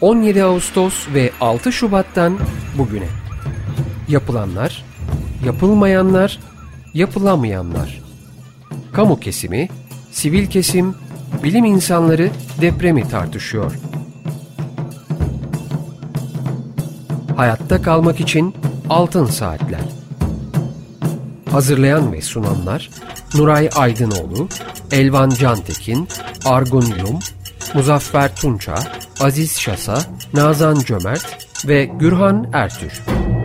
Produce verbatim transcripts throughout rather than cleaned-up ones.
on yedi Ağustos ve altı Şubat'tan bugüne. Yapılanlar, yapılmayanlar, yapılamayanlar. Kamu kesimi, sivil kesim, bilim insanları depremi tartışıyor. Hayatta kalmak için altın saatler. Hazırlayan ve sunanlar Nuray Aydınoğlu, Elvan Cantekin, Argun Yum, Muzaffer Tunça, Aziz Şasa, Nazan Cömert ve Gürhan Ertür.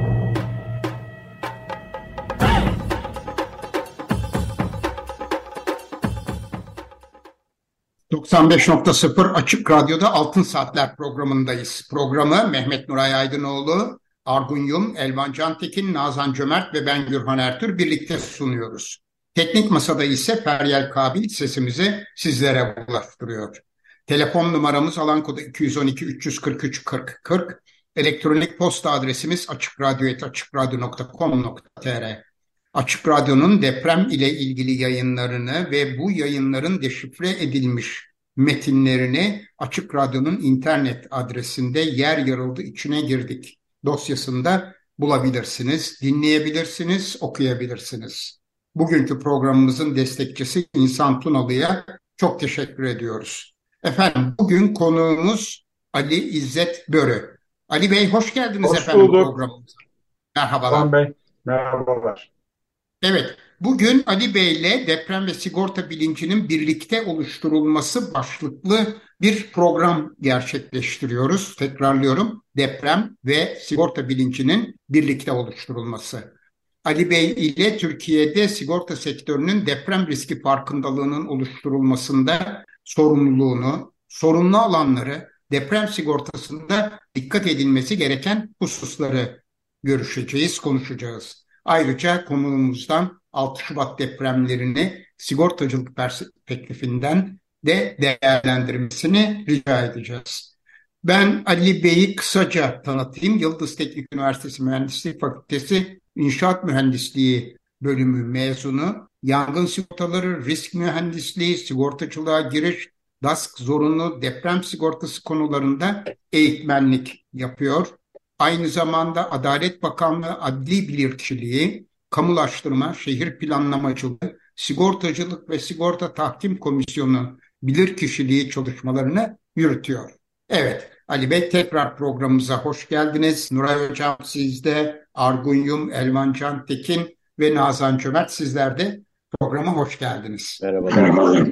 doksan beş nokta sıfır Açık Radyo'da Altın Saatler programındayız. Programı Mehmet Nuray Aydınoğlu, Argun Yum, Elvan Cantekin, Nazan Cömert ve ben Gürhan Ertür birlikte sunuyoruz. Teknik masada ise Feryal Kabil sesimizi sizlere ulaştırıyor. Telefon numaramız alan kodu iki yüz on iki üç yüz kırk üç kırk kırk. Elektronik posta adresimiz açıkradyo et açıkradyo nokta com nokta tr. Açık Radyo'nun deprem ile ilgili yayınlarını ve bu yayınların deşifre edilmiş metinlerini Açık Radyo'nun internet adresinde yer yarıldı içine girdik dosyasında bulabilirsiniz, dinleyebilirsiniz, okuyabilirsiniz. Bugünkü programımızın destekçisi İnsan Tunalı'ya çok teşekkür ediyoruz. Efendim bugün konuğumuz Ali İzzet Börü. Ali Bey hoş geldiniz Hoş efendim bulduk. programımıza. Merhabalar. Doğan Bey, merhabalar. Evet, bugün Ali Bey'le deprem ve sigorta bilincinin birlikte oluşturulması başlıklı bir program gerçekleştiriyoruz. Tekrarlıyorum, deprem ve sigorta bilincinin birlikte oluşturulması. Ali Bey ile Türkiye'de sigorta sektörünün deprem riski farkındalığının oluşturulmasında sorumluluğunu, sorunlu alanları, deprem sigortasında dikkat edilmesi gereken hususları görüşeceğiz, konuşacağız. Ayrıca konuğumuzdan altı Şubat depremlerini sigortacılık perspektifinden de değerlendirmesini rica edeceğiz. Ben Ali Bey'i kısaca tanıtayım. Yıldız Teknik Üniversitesi Mühendislik Fakültesi İnşaat Mühendisliği bölümü mezunu. Yangın sigortaları, risk mühendisliği, sigortacılığa giriş, DASK zorunlu deprem sigortası konularında eğitmenlik yapıyor. Aynı zamanda Adalet Bakanlığı Adli Bilirkişiliği, Kamulaştırma, Şehir Planlamacılığı, Sigortacılık ve Sigorta Tahkim Komisyonu bilirkişiliği çalışmalarını yürütüyor. Evet, Ali Bey tekrar programımıza hoş geldiniz. Nuray Hocam sizde, Argun Yum, Elvan Cantekin ve Nazan Cömert sizler de programa hoş geldiniz. Merhabalar.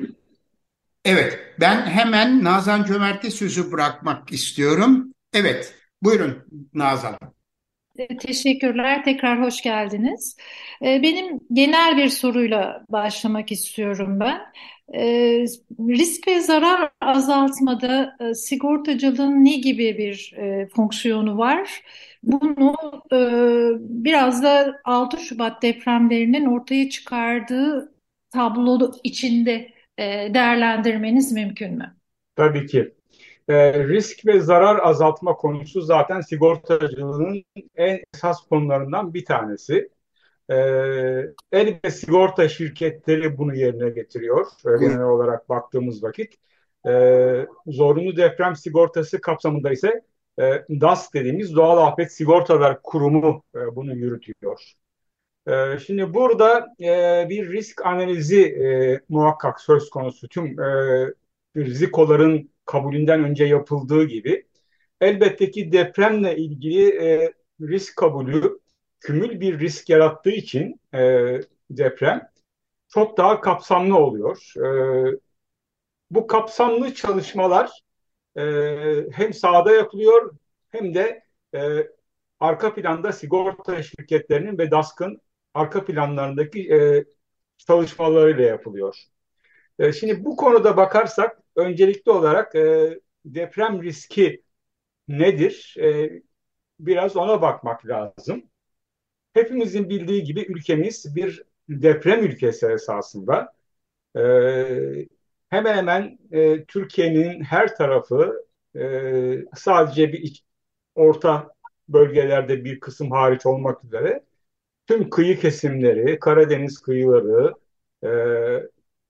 Evet, ben hemen Nazan Cömert'e sözü bırakmak istiyorum. Evet, buyurun Nazan. E, Teşekkürler. Tekrar hoş geldiniz. E, Benim genel bir soruyla başlamak istiyorum ben. E, Risk ve zarar azaltmada e, sigortacılığın ne gibi bir e, fonksiyonu var? Bunu e, biraz da altı Şubat depremlerinin ortaya çıkardığı tablo içinde e, değerlendirmeniz mümkün mü? Tabii ki. Ee, risk ve zarar azaltma konusu zaten sigortacılığın en esas konularından bir tanesi. Ee, elbette sigorta şirketleri bunu yerine getiriyor. Ee, genel olarak baktığımız vakit. Ee, zorunlu deprem sigortası kapsamında ise e, DAS dediğimiz Doğal Afet Sigortalar Kurumu e, bunu yürütüyor. Ee, Şimdi burada e, bir risk analizi e, muhakkak söz konusu. Tüm e, rizikoların kabulünden önce yapıldığı gibi elbette ki depremle ilgili e, risk kabulü kümül bir risk yarattığı için e, deprem çok daha kapsamlı oluyor. E, bu kapsamlı çalışmalar e, hem sahada yapılıyor hem de e, arka planda sigorta şirketlerinin ve DASK'ın arka planlarındaki e, çalışmalarıyla yapılıyor. E, şimdi bu konuda bakarsak öncelikli olarak e, deprem riski nedir? E, biraz ona bakmak lazım. Hepimizin bildiği gibi ülkemiz bir deprem ülkesi esasında. E, hemen hemen e, Türkiye'nin her tarafı e, sadece bir iç, orta bölgelerde bir kısım hariç olmak üzere tüm kıyı kesimleri, Karadeniz kıyıları, e,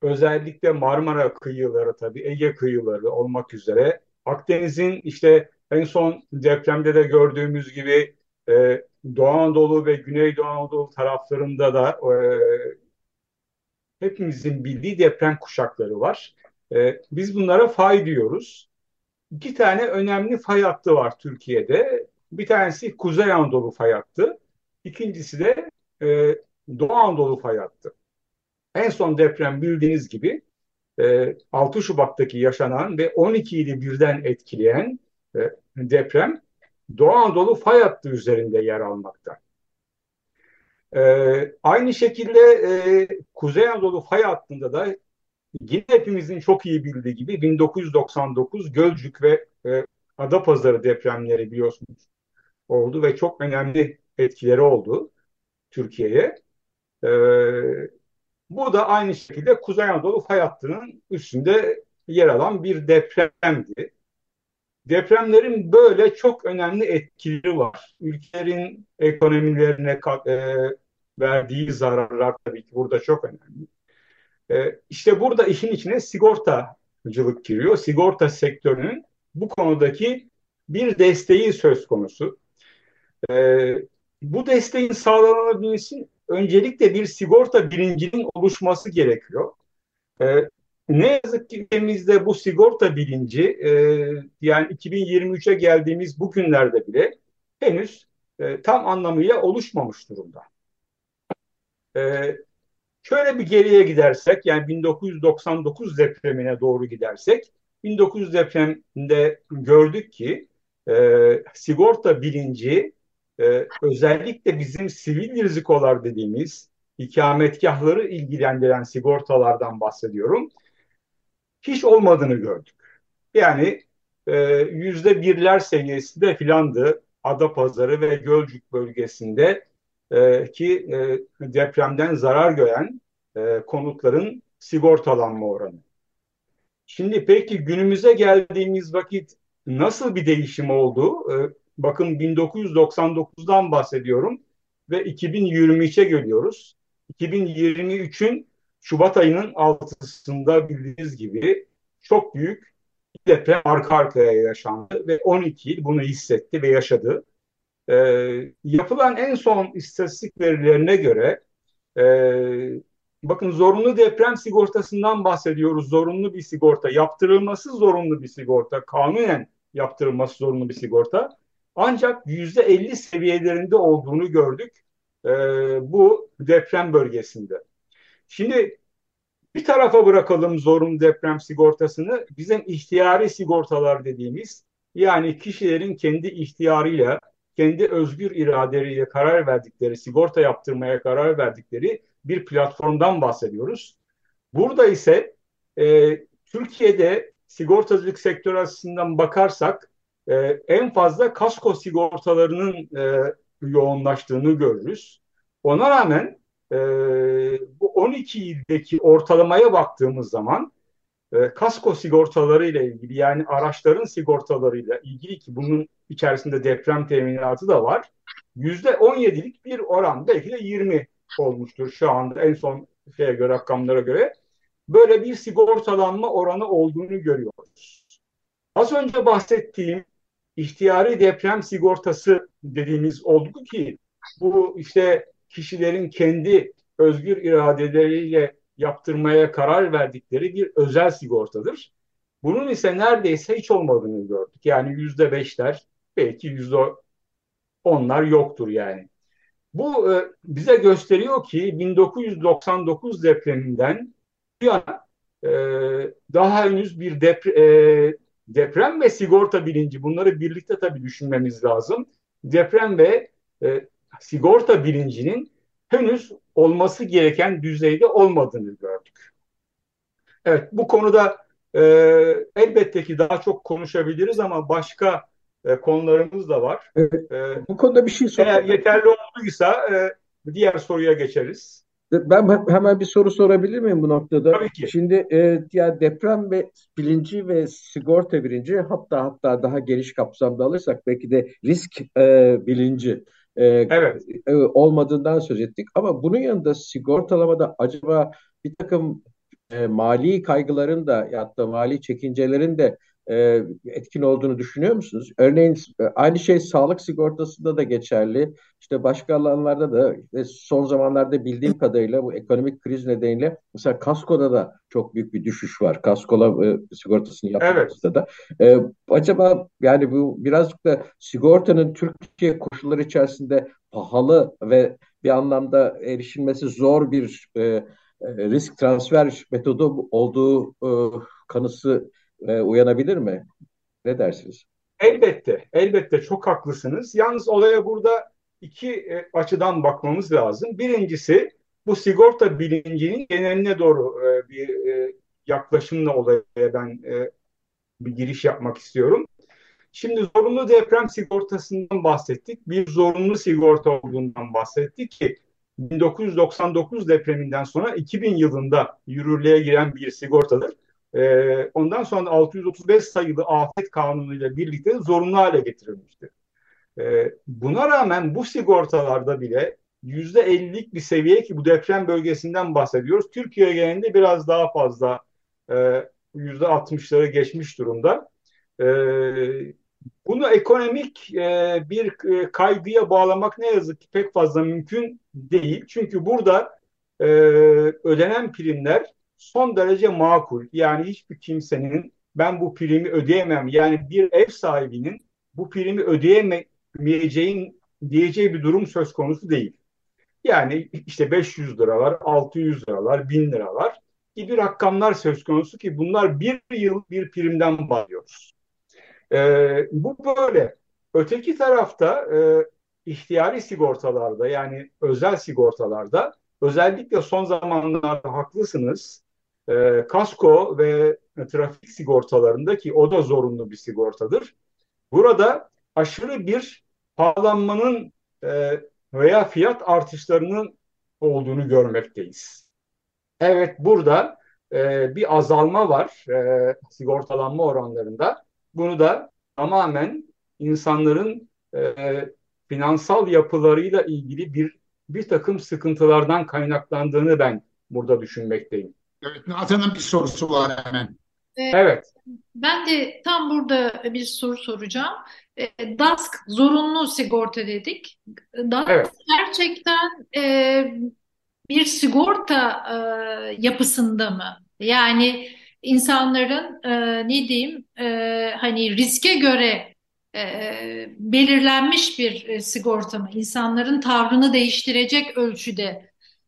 özellikle Marmara kıyıları tabii, Ege kıyıları olmak üzere Akdeniz'in işte En son depremde de gördüğümüz gibi e, Doğu Anadolu ve Güneydoğu Anadolu taraflarında da e, hepimizin bildiği deprem kuşakları var. E, biz bunlara fay diyoruz. İki tane önemli fay hattı var Türkiye'de. Bir tanesi Kuzey Anadolu fay hattı. İkincisi de e, Doğu Anadolu fay hattı. En son deprem bildiğiniz gibi e, altı Şubat'taki yaşanan ve on iki ili birden etkileyen e, deprem Doğu Anadolu fay hattı üzerinde yer almakta. E, aynı şekilde e, Kuzey Anadolu fay hattında da yine hepimizin çok iyi bildiği gibi bin dokuz yüz doksan dokuz Gölcük ve e, Adapazarı depremleri biliyorsunuz oldu ve çok önemli etkileri oldu Türkiye'ye. E, bu da aynı şekilde Kuzey Anadolu fay hattının üstünde yer alan bir depremdi. Depremlerin böyle çok önemli etkileri var. Ülkelerin ekonomilerine e, verdiği zararlar tabii ki burada çok önemli. E, işte burada işin içine sigortacılık giriyor. Sigorta sektörünün bu konudaki bir desteği söz konusu. E, bu desteğin sağlanabilmesi için öncelikle bir sigorta bilincinin oluşması gerekiyor. E, ne yazık ki ülkemizde bu sigorta bilinci e, yani iki bin yirmi üçe geldiğimiz bu günlerde bile henüz e, tam anlamıyla oluşmamış durumda. E, şöyle bir geriye gidersek yani bin dokuz yüz doksan dokuz depremine doğru gidersek bin dokuz yüz depreminde gördük ki e, sigorta bilinci e, özellikle bizim sivil rizikolar dediğimiz ikametgahları ilgilendiren sigortalardan bahsediyorum. Hiç olmadığını gördük. Yani e, yüzde birler seviyesinde filandı Adapazarı ve Gölcük bölgesinde e, ki e, depremden zarar gören e, konutların sigortalanma oranı. Şimdi peki günümüze geldiğimiz vakit nasıl bir değişim oldu? E, bakın bin dokuz yüz doksan dokuzdan bahsediyorum ve iki bin yirmi üçe geliyoruz. iki bin yirmi üçün Şubat ayının altısında bildiğiniz gibi çok büyük bir deprem arka arkaya yaşandı ve on iki il bunu hissetti ve yaşadı. E, yapılan en son istatistik verilerine göre ee, bakın zorunlu deprem sigortasından bahsediyoruz. Zorunlu bir sigorta, yaptırılması zorunlu bir sigorta, kanunen yaptırılması zorunlu bir sigorta. Ancak yüzde elli seviyelerinde olduğunu gördük ee, bu deprem bölgesinde. Şimdi bir tarafa bırakalım zorunlu deprem sigortasını. Bizim ihtiyari sigortalar dediğimiz yani kişilerin kendi ihtiyarıyla, kendi özgür iradeleriyle karar verdikleri, sigorta yaptırmaya karar verdikleri bir platformdan bahsediyoruz. Burada ise e, Türkiye'de sigortacılık sektörü açısından bakarsak e, en fazla kasko sigortalarının e, yoğunlaştığını görürüz. Ona rağmen e, bu on iki ildeki ortalamaya baktığımız zaman e, kasko sigortaları ile ilgili yani araçların sigortalarıyla ilgili ki bunun içerisinde deprem teminatı da var. yüzde on yedilik bir oran belki de yirmi olmuştur şu anda en son şeye göre rakamlara göre. Böyle bir sigortalanma oranı olduğunu görüyoruz. Az önce bahsettiğim ihtiyari deprem sigortası dediğimiz olgu ki bu işte kişilerin kendi özgür iradeleriyle yaptırmaya karar verdikleri bir özel sigortadır. Bunun ise neredeyse hiç olmadığını gördük. Yani yüzde beşler belki yüzde onlar yoktur yani. Bu e, bize gösteriyor ki bin dokuz yüz doksan dokuz depreminden bu yana e, daha henüz bir depre, e, deprem ve sigorta bilinci bunları birlikte tabii düşünmemiz lazım. Deprem ve e, sigorta bilincinin henüz olması gereken düzeyde olmadığını gördük. Evet, bu konuda e, elbette ki daha çok konuşabiliriz ama başka e, konularımız da var. Evet, E, bu konuda bir şey eğer sormak. yeterli olduysa e, diğer soruya geçeriz. Ben he- hemen bir soru sorabilir miyim bu noktada? Tabii ki. Şimdi e, ya deprem ve bilinci ve sigorta bilinci hatta hatta daha geniş kapsamda alırsak belki de risk e, bilinci e, Evet. e, olmadığından söz ettik. Ama bunun yanında sigortalamada acaba bir takım e, mali kaygıların da ya da mali çekincelerin de e, etkin olduğunu düşünüyor musunuz? Örneğin e, aynı şey sağlık sigortasında da geçerli. İşte başka alanlarda da ve son zamanlarda bildiğim kadarıyla bu ekonomik kriz nedeniyle mesela kaskoda da çok büyük bir düşüş var. Kaskola e, sigortasını Evet. yaptığımızda da. E, acaba yani bu birazcık da sigortanın Türkiye koşulları içerisinde pahalı ve bir anlamda erişilmesi zor bir e, e, risk transfer metodu olduğu e, kanısı e, uyanabilir mi? Ne dersiniz? Elbette, elbette çok haklısınız. Yalnız olaya burada iki e, açıdan bakmamız lazım. Birincisi bu sigorta bilincinin geneline doğru e, bir e, yaklaşımla olaya ben e, bir giriş yapmak istiyorum. Şimdi zorunlu deprem sigortasından bahsettik. Bir zorunlu sigorta olduğundan bahsettik ki bin dokuz yüz doksan dokuz depreminden sonra iki bin yılında yürürlüğe giren bir sigortadır. Ee, ondan sonra altı yüz otuz beş sayılı Afet Kanunu ile birlikte zorunlu hale getirilmiştir. Ee, buna rağmen bu sigortalarda bile yüzde ellilik bir seviye, ki bu deprem bölgesinden bahsediyoruz. Türkiye genelinde biraz daha fazla, e, yüzde altmışları geçmiş durumda. Ee, Bunu ekonomik e, bir e, kaygıya bağlamak ne yazık ki pek fazla mümkün değil. Çünkü burada e, ödenen primler son derece makul. Yani hiçbir kimsenin ben bu primi ödeyemem, yani bir ev sahibinin bu primi ödeyemeyeceğin diyeceği bir durum söz konusu değil. Yani işte beş yüz liralar, altı yüz liralar, bin liralar gibi rakamlar söz konusu ki bunlar bir yıl bir primden bahsediyoruz. E, bu böyle. Öteki tarafta e, ihtiyari sigortalarda, yani özel sigortalarda, özellikle son zamanlarda haklısınız, e, kasko ve trafik sigortalarında, ki o da zorunlu bir sigortadır. Burada aşırı bir pahalanmanın e, veya fiyat artışlarının olduğunu görmekteyiz. Evet, burada e, bir azalma var e, sigortalanma oranlarında. Bunu da tamamen insanların e, finansal yapılarıyla ilgili bir bir takım sıkıntılardan kaynaklandığını ben burada düşünmekteyim. Evet, Nazan'ın bir sorusu var hemen. Ee, Evet, Ben de tam burada bir soru soracağım. Ee, DASK zorunlu sigorta dedik. DASK evet. gerçekten e, bir sigorta e, yapısında mı? Yani insanların e, ne diyeyim e, hani riske göre e, belirlenmiş bir e, sigorta mı? İnsanların tavrını değiştirecek ölçüde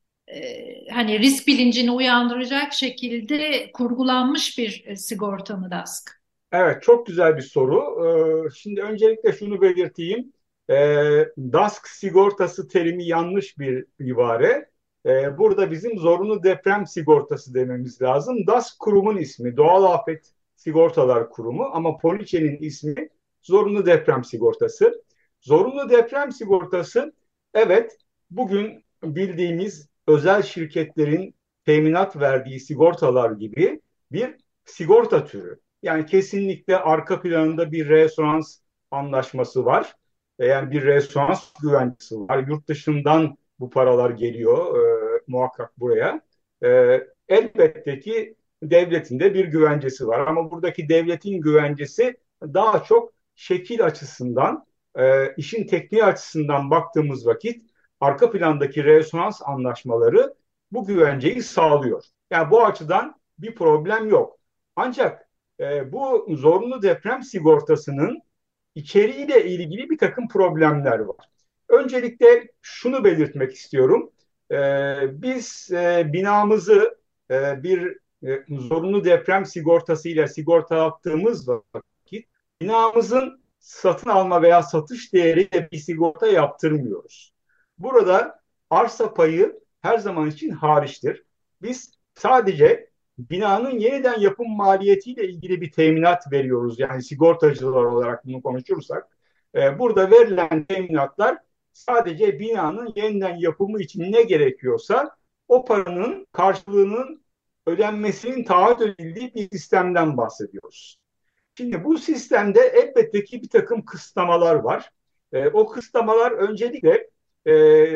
e, hani risk bilincini uyandıracak şekilde kurgulanmış bir e, sigorta mı DASK? Evet, çok güzel bir soru. Ee, şimdi öncelikle şunu belirteyim. Ee, DASK sigortası terimi yanlış bir ibare. Ee, burada bizim zorunlu deprem sigortası dememiz lazım. DASK kurumun ismi, Doğal Afet Sigortalar Kurumu, ama poliçenin ismi zorunlu deprem sigortası. Zorunlu deprem sigortası, evet, bugün bildiğimiz özel şirketlerin teminat verdiği sigortalar gibi bir sigorta türü. Yani kesinlikle arka planında bir resonans anlaşması var. Yani bir resonans güvencesi var. Yurt dışından bu paralar geliyor e, muhakkak buraya. E, Elbette ki devletin de bir güvencesi var. Ama buradaki devletin güvencesi daha çok şekil açısından, e, işin tekniği açısından baktığımız vakit arka plandaki resonans anlaşmaları bu güvenceyi sağlıyor. Yani bu açıdan bir problem yok. Ancak e, bu zorunlu deprem sigortasının içeriğiyle ilgili bir takım problemler var. Öncelikle şunu belirtmek istiyorum. E, biz e, binamızı e, bir e, zorunlu deprem sigortasıyla sigortalattığımız vakit binamızın satın alma veya satış değeriyle bir sigorta yaptırmıyoruz. Burada arsa payı her zaman için hariçtir. Biz sadece binanın yeniden yapım maliyetiyle ilgili bir teminat veriyoruz. Yani sigortacılar olarak bunu konuşursak. E, burada verilen teminatlar sadece binanın yeniden yapımı için ne gerekiyorsa o paranın karşılığının ödenmesinin taahhüt edildiği bir sistemden bahsediyoruz. Şimdi bu sistemde elbette ki bir takım kısıtlamalar var. E, o kısıtlamalar öncelikle e,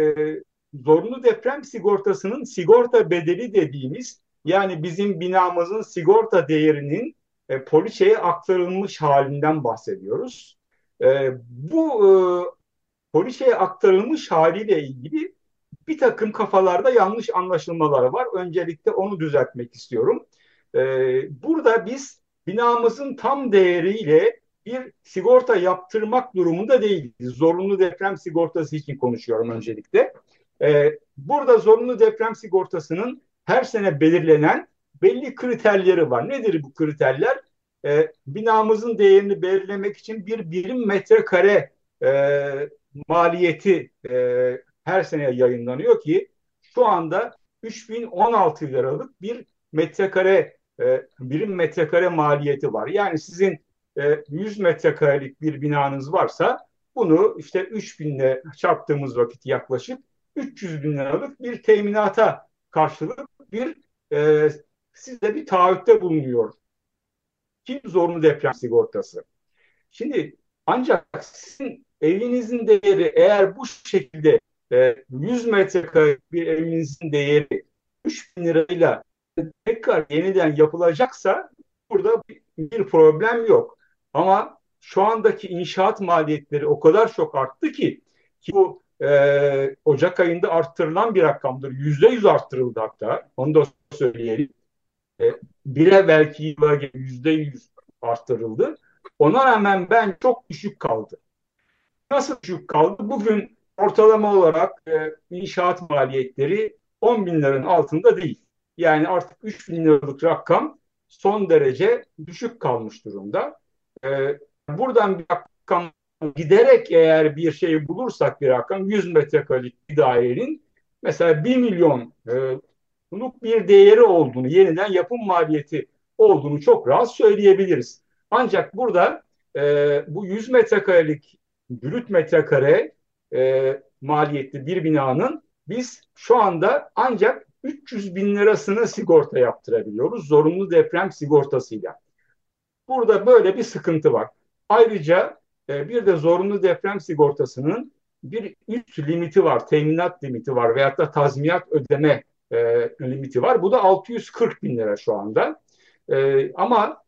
zorunlu deprem sigortasının sigorta bedeli dediğimiz, yani bizim binamızın sigorta değerinin e, poliçeye aktarılmış halinden bahsediyoruz. E, bu e, poliçeye aktarılmış haliyle ilgili bir takım kafalarda yanlış anlaşılmalar var. Öncelikle onu düzeltmek istiyorum. Ee, burada biz binamızın tam değeriyle bir sigorta yaptırmak durumunda değiliz. Zorunlu deprem sigortası için konuşuyorum öncelikle. Ee, burada zorunlu deprem sigortasının her sene belirlenen belli kriterleri var. Nedir bu kriterler? Ee, binamızın değerini belirlemek için bir birim metrekare e, maliyeti e, her sene yayınlanıyor ki şu anda üç bin on altı liralık bir metrekare e, birim metrekare maliyeti var. Yani sizin e, yüz metrekarelik bir binanız varsa bunu işte üç bin ile çarptığımız vakit yaklaşık üç yüz bin liralık bir teminata karşılık bir e, size bir taahhütte bulunuyor. Kim zorunlu deprem sigortası. Şimdi ancak sizin evinizin değeri eğer bu şekilde e, yüz metrekare bir evinizin değeri üç bin lirayla tekrar yeniden yapılacaksa burada bir, bir problem yok. Ama şu andaki inşaat maliyetleri o kadar çok arttı ki ki bu e, Ocak ayında arttırılan bir rakamdır. Yüzde yüz arttırıldı hatta. Onu da söyleyelim. E, bir evvelki yıla göre yüzde yüz arttırıldı. Ona rağmen ben çok düşük kaldı. Nasıl düşük kaldı? Bugün ortalama olarak e, inşaat maliyetleri on bin liranın altında değil. Yani artık üç bin liralık rakam son derece düşük kalmış durumda. E, buradan bir rakam giderek eğer bir şey bulursak bir rakam yüz metrekarelik bir dairenin mesela bir milyon e, bir değeri olduğunu, yeniden yapım maliyeti olduğunu çok rahat söyleyebiliriz. Ancak burada e, bu yüz metrekarelik brüt metrekare e, maliyetli bir binanın biz şu anda ancak üç yüz bin lirasını sigorta yaptırabiliyoruz zorunlu deprem sigortasıyla. Burada böyle bir sıkıntı var. Ayrıca e, bir de zorunlu deprem sigortasının bir üst limiti var, teminat limiti var veyahut da tazminat ödeme e, limiti var. Bu da altı yüz kırk bin lira şu anda. E, ama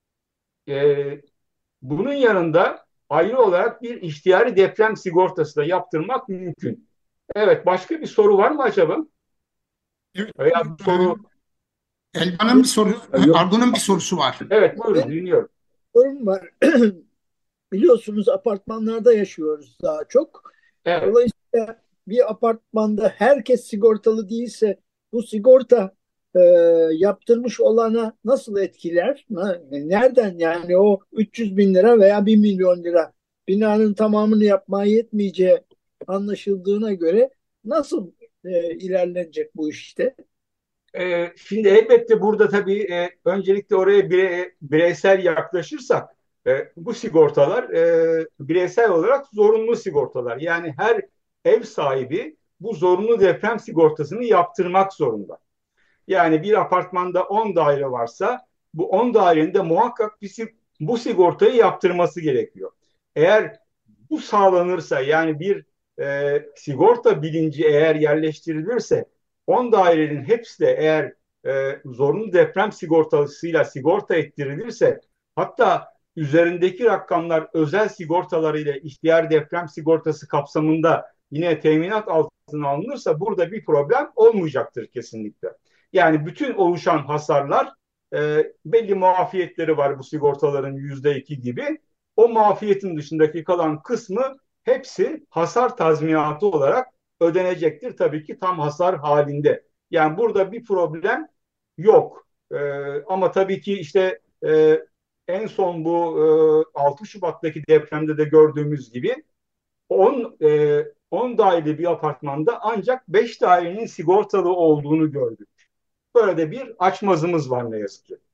e, bunun yanında ayrı olarak bir ihtiyari deprem sigortası da yaptırmak mümkün. Evet, başka bir soru var mı acaba? Evet, Veya bir soru... Elvan'ın bir soru, Yok. Argun'un bir sorusu var. Evet, buyurun dinliyorum. Sorun var. Biliyorsunuz apartmanlarda yaşıyoruz daha çok. Evet. Dolayısıyla bir apartmanda herkes sigortalı değilse bu sigorta e, yaptırmış olana nasıl etkiler? Nereden yani o üç yüz bin lira veya bir milyon lira binanın tamamını yapmaya yetmeyeceği anlaşıldığına göre nasıl e, ilerlenecek bu işte? Ee, şimdi elbette burada tabii e, öncelikle oraya bire, bireysel yaklaşırsak e, bu sigortalar e, bireysel olarak zorunlu sigortalar. Yani her ev sahibi bu zorunlu deprem sigortasını yaptırmak zorunda. Yani bir apartmanda on daire varsa bu on dairenin de muhakkak bir, bu sigortayı yaptırması gerekiyor. Eğer bu sağlanırsa yani bir e, sigorta bilinci eğer yerleştirilirse on dairenin hepsi de eğer e, zorunlu deprem sigortasıyla sigorta ettirilirse hatta üzerindeki rakamlar özel sigortalarıyla ihtiyar deprem sigortası kapsamında yine teminat altına alınırsa burada bir problem olmayacaktır kesinlikle. Yani bütün oluşan hasarlar e, belli muafiyetleri var bu sigortaların yüzde iki gibi. O muafiyetin dışındaki kalan kısmı hepsi hasar tazminatı olarak ödenecektir. Tabii ki tam hasar halinde. Yani burada bir problem yok. E, ama tabii ki işte e, en son bu e, altı Şubat'taki depremde de gördüğümüz gibi on e, on daireli bir apartmanda ancak beş dairenin sigortalı olduğunu gördük. Böyle de bir açmazımız var ne yazık ki.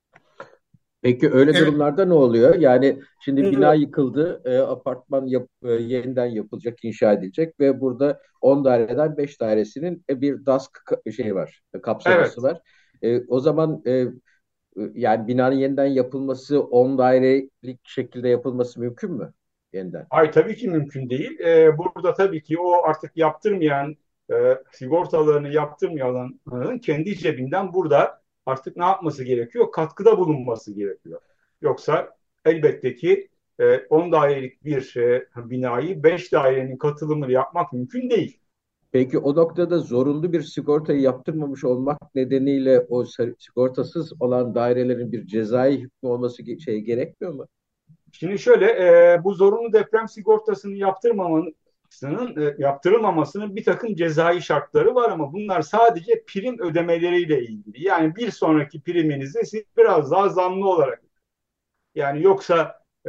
Peki öyle Evet. durumlarda ne oluyor? Yani şimdi bina Evet. yıkıldı, e, apartman yap, e, yeniden yapılacak, inşa edilecek ve burada on daireden beş dairesinin e, bir D A S K şey var, e, kapsaması Evet. var. E, o zaman e, e, yani binanın yeniden yapılması, on dairelik şekilde yapılması mümkün mü yeniden? Ay tabii ki mümkün değil. Ee, burada tabii ki o artık yaptırmayan, e, sigortalarını yaptırmayanların kendi cebinden burada artık ne yapması gerekiyor? Katkıda bulunması gerekiyor. Yoksa elbette ki e, on dairelik bir e, binayı beş dairenin katılımını yapmak mümkün değil. Peki o noktada zorunlu bir sigortayı yaptırmamış olmak nedeniyle o sa- sigortasız olan dairelerin bir cezai hükmü olması ge- şey gerekmiyor mu? Şimdi şöyle, e, bu zorunlu deprem sigortasını yaptırmamasının, e, yaptırılmamasının bir takım cezai şartları var ama bunlar sadece prim ödemeleriyle ilgili. Yani bir sonraki priminizi siz biraz daha zamlı olarak, yani yoksa e,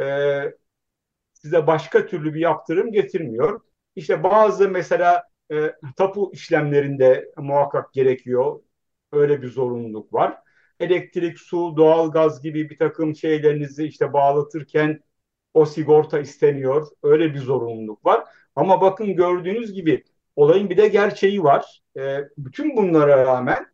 size başka türlü bir yaptırım getirmiyor. İşte bazı mesela e, tapu işlemlerinde muhakkak gerekiyor. Öyle bir zorunluluk var. Elektrik, su, doğalgaz gibi bir takım şeylerinizi işte bağlatırken o sigorta isteniyor. Öyle bir zorunluluk var. Ama bakın gördüğünüz gibi olayın bir de gerçeği var. E, bütün bunlara rağmen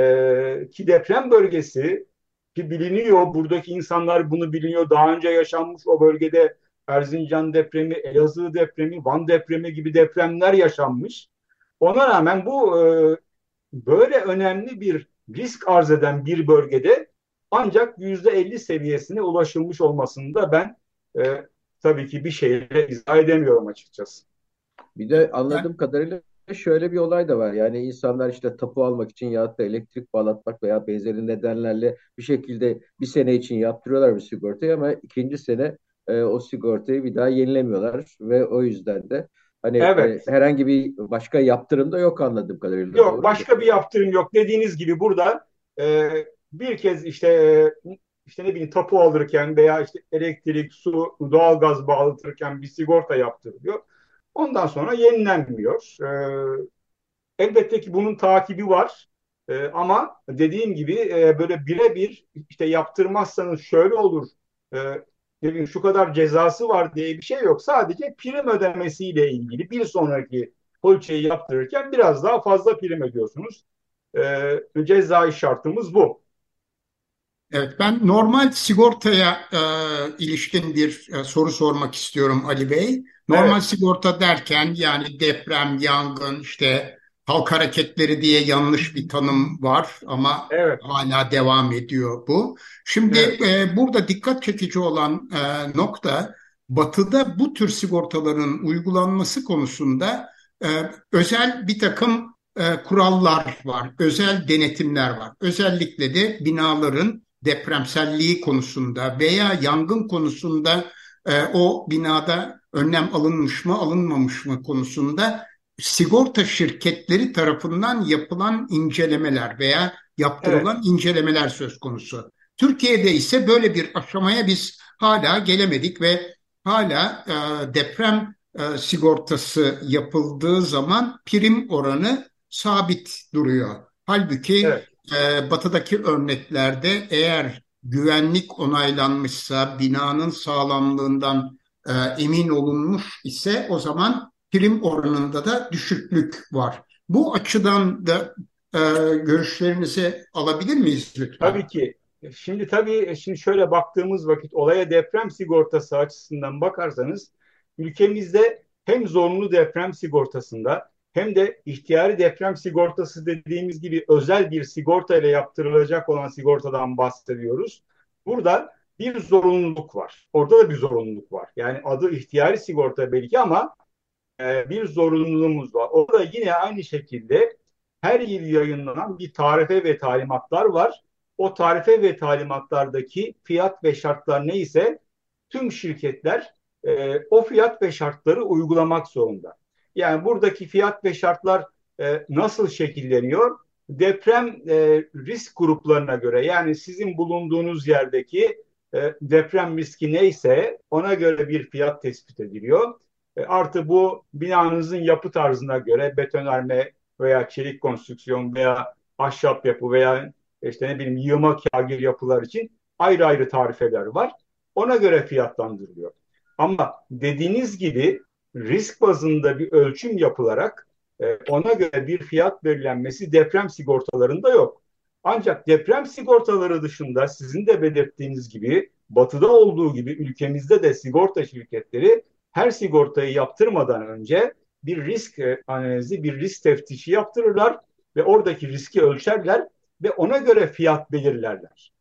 e, ki deprem bölgesi ki biliniyor, buradaki insanlar bunu biliyor. Daha önce yaşanmış o bölgede Erzincan depremi, Elazığ depremi, Van depremi gibi depremler yaşanmış. Ona rağmen bu e, böyle önemli bir risk arz eden bir bölgede ancak yüzde elli seviyesine ulaşılmış olmasını da ben e, tabii ki bir şeyle izah edemiyorum açıkçası. Bir de Ben, anladığım kadarıyla şöyle bir olay da var. Yani insanlar işte tapu almak için ya da elektrik bağlatmak veya benzeri nedenlerle bir şekilde bir sene için yaptırıyorlar bir sigortayı ama ikinci sene e, o sigortayı bir daha yenilemiyorlar ve o yüzden de hani e, Evet. herhangi bir başka yaptırım da yok anladığım kadarıyla, Yok, doğru mudur? başka bir yaptırım yok. Dediğiniz gibi burada e, bir kez işte e, işte ne bileyim tapu alırken veya işte elektrik, su, doğalgaz bağlatırken bir sigorta yaptırılıyor. Ondan sonra yenilenmiyor. E, elbette ki bunun takibi var. E, ama dediğim gibi e, böyle birebir işte yaptırmazsanız şöyle olur. E, ne bileyim şu kadar cezası var diye bir şey yok. Sadece prim ödemesiyle ilgili bir sonraki poliçeyi yaptırırken biraz daha fazla prim ödüyorsunuz. E, cezai şartımız bu. evet, ben normal sigortaya e, ilişkin bir e, soru sormak istiyorum Ali Bey. Normal Evet, sigorta derken yani deprem, yangın, işte halk hareketleri diye yanlış bir tanım var ama evet, hala devam ediyor bu. Şimdi evet, e, burada dikkat çekici olan e, nokta Batı'da bu tür sigortaların uygulanması konusunda e, özel bir takım e, kurallar var, özel denetimler var. Özellikle de binaların depremselliği konusunda veya yangın konusunda e, o binada önlem alınmış mı alınmamış mı konusunda sigorta şirketleri tarafından yapılan incelemeler veya evet, yaptırılan incelemeler söz konusu. Türkiye'de ise böyle bir aşamaya biz hala gelemedik ve hala e, deprem e, sigortası yapıldığı zaman prim oranı sabit duruyor. Halbuki evet. e, batıdaki örneklerde eğer güvenlik onaylanmışsa, binanın sağlamlığından e, emin olunmuş ise o zaman prim oranında da düşüklük var. Bu açıdan da e, görüşlerinizi alabilir miyiz Tabii lütfen? ki. Şimdi tabii şimdi şöyle baktığımız vakit olaya deprem sigortası açısından bakarsanız ülkemizde hem zorunlu deprem sigortasında hem de ihtiyari deprem sigortası dediğimiz gibi özel bir sigorta ile yaptırılacak olan sigortadan bahsediyoruz. Burada bir zorunluluk var. Orada da bir zorunluluk var. Yani adı ihtiyari sigorta belki ama e, bir zorunluluğumuz var. Orada yine aynı şekilde her yıl yayınlanan bir tarife ve talimatlar var. O tarife ve talimatlardaki fiyat ve şartlar neyse tüm şirketler e, o fiyat ve şartları uygulamak zorunda. Yani buradaki fiyat ve şartlar e, nasıl şekilleniyor? Deprem e, risk gruplarına göre yani sizin bulunduğunuz yerdeki e, deprem riski neyse ona göre bir fiyat tespit ediliyor. E, artı bu binanızın yapı tarzına göre betonarme veya çelik konstrüksiyon veya ahşap yapı veya işte ne bileyim yığma kagir yapılar için ayrı ayrı tarifeler var. Ona göre fiyatlandırılıyor. Ama dediğiniz gibi risk bazında bir ölçüm yapılarak e, ona göre bir fiyat belirlenmesi deprem sigortalarında yok. Ancak deprem sigortaları dışında sizin de belirttiğiniz gibi batıda olduğu gibi ülkemizde de sigorta şirketleri her sigortayı yaptırmadan önce bir risk e, analizi, bir risk teftişi yaptırırlar ve oradaki riski ölçerler ve ona göre fiyat belirlerler.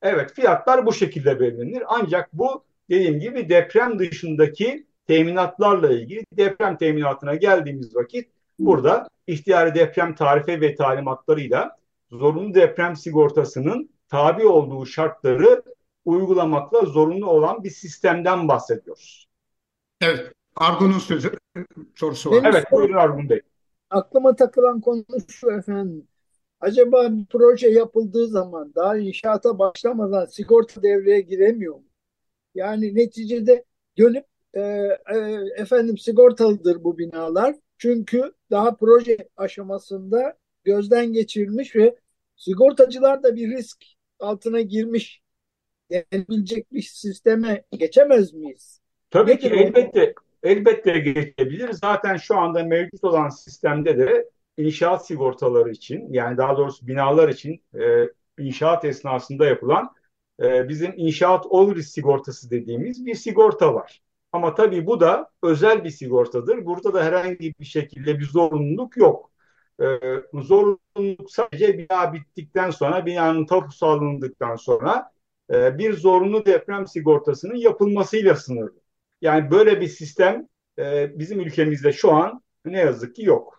Evet, fiyatlar bu şekilde belirlenir. Ancak bu dediğim gibi deprem dışındaki teminatlarla ilgili, deprem teminatına geldiğimiz vakit burada ihtiyari deprem tarife ve talimatlarıyla zorunlu deprem sigortasının tabi olduğu şartları uygulamakla zorunlu olan bir sistemden bahsediyoruz. Evet. Argun'un sözü, sorusu var. Benim Evet, sorum, buyurun Argun Bey. aklıma takılan konu şu efendim. Acaba bir proje yapıldığı zaman daha inşaata başlamadan sigorta devreye giremiyor mu? Yani neticede dönüp e, e, efendim sigortalıdır bu binalar. Çünkü daha proje aşamasında gözden geçirilmiş ve sigortacılar da bir risk altına girmiş denilebilecek bir sisteme geçemez miyiz? Tabii ki Nedir o? elbette elbette geçebilir. Zaten şu anda mevcut olan sistemde de inşaat sigortaları için, yani daha doğrusu binalar için e, inşaat esnasında yapılan e, bizim inşaat all risk sigortası dediğimiz bir sigorta var. Ama tabii bu da özel bir sigortadır. Burada da herhangi bir şekilde bir zorunluluk yok. E, zorunluluk sadece bina bittikten sonra, binanın tapusu alındıktan sonra e, bir zorunlu deprem sigortasının yapılmasıyla sınırlı. Yani böyle bir sistem e, bizim ülkemizde şu an ne yazık ki yok.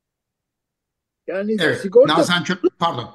Yani Evet. sigorta, Nazan Çö- pardon.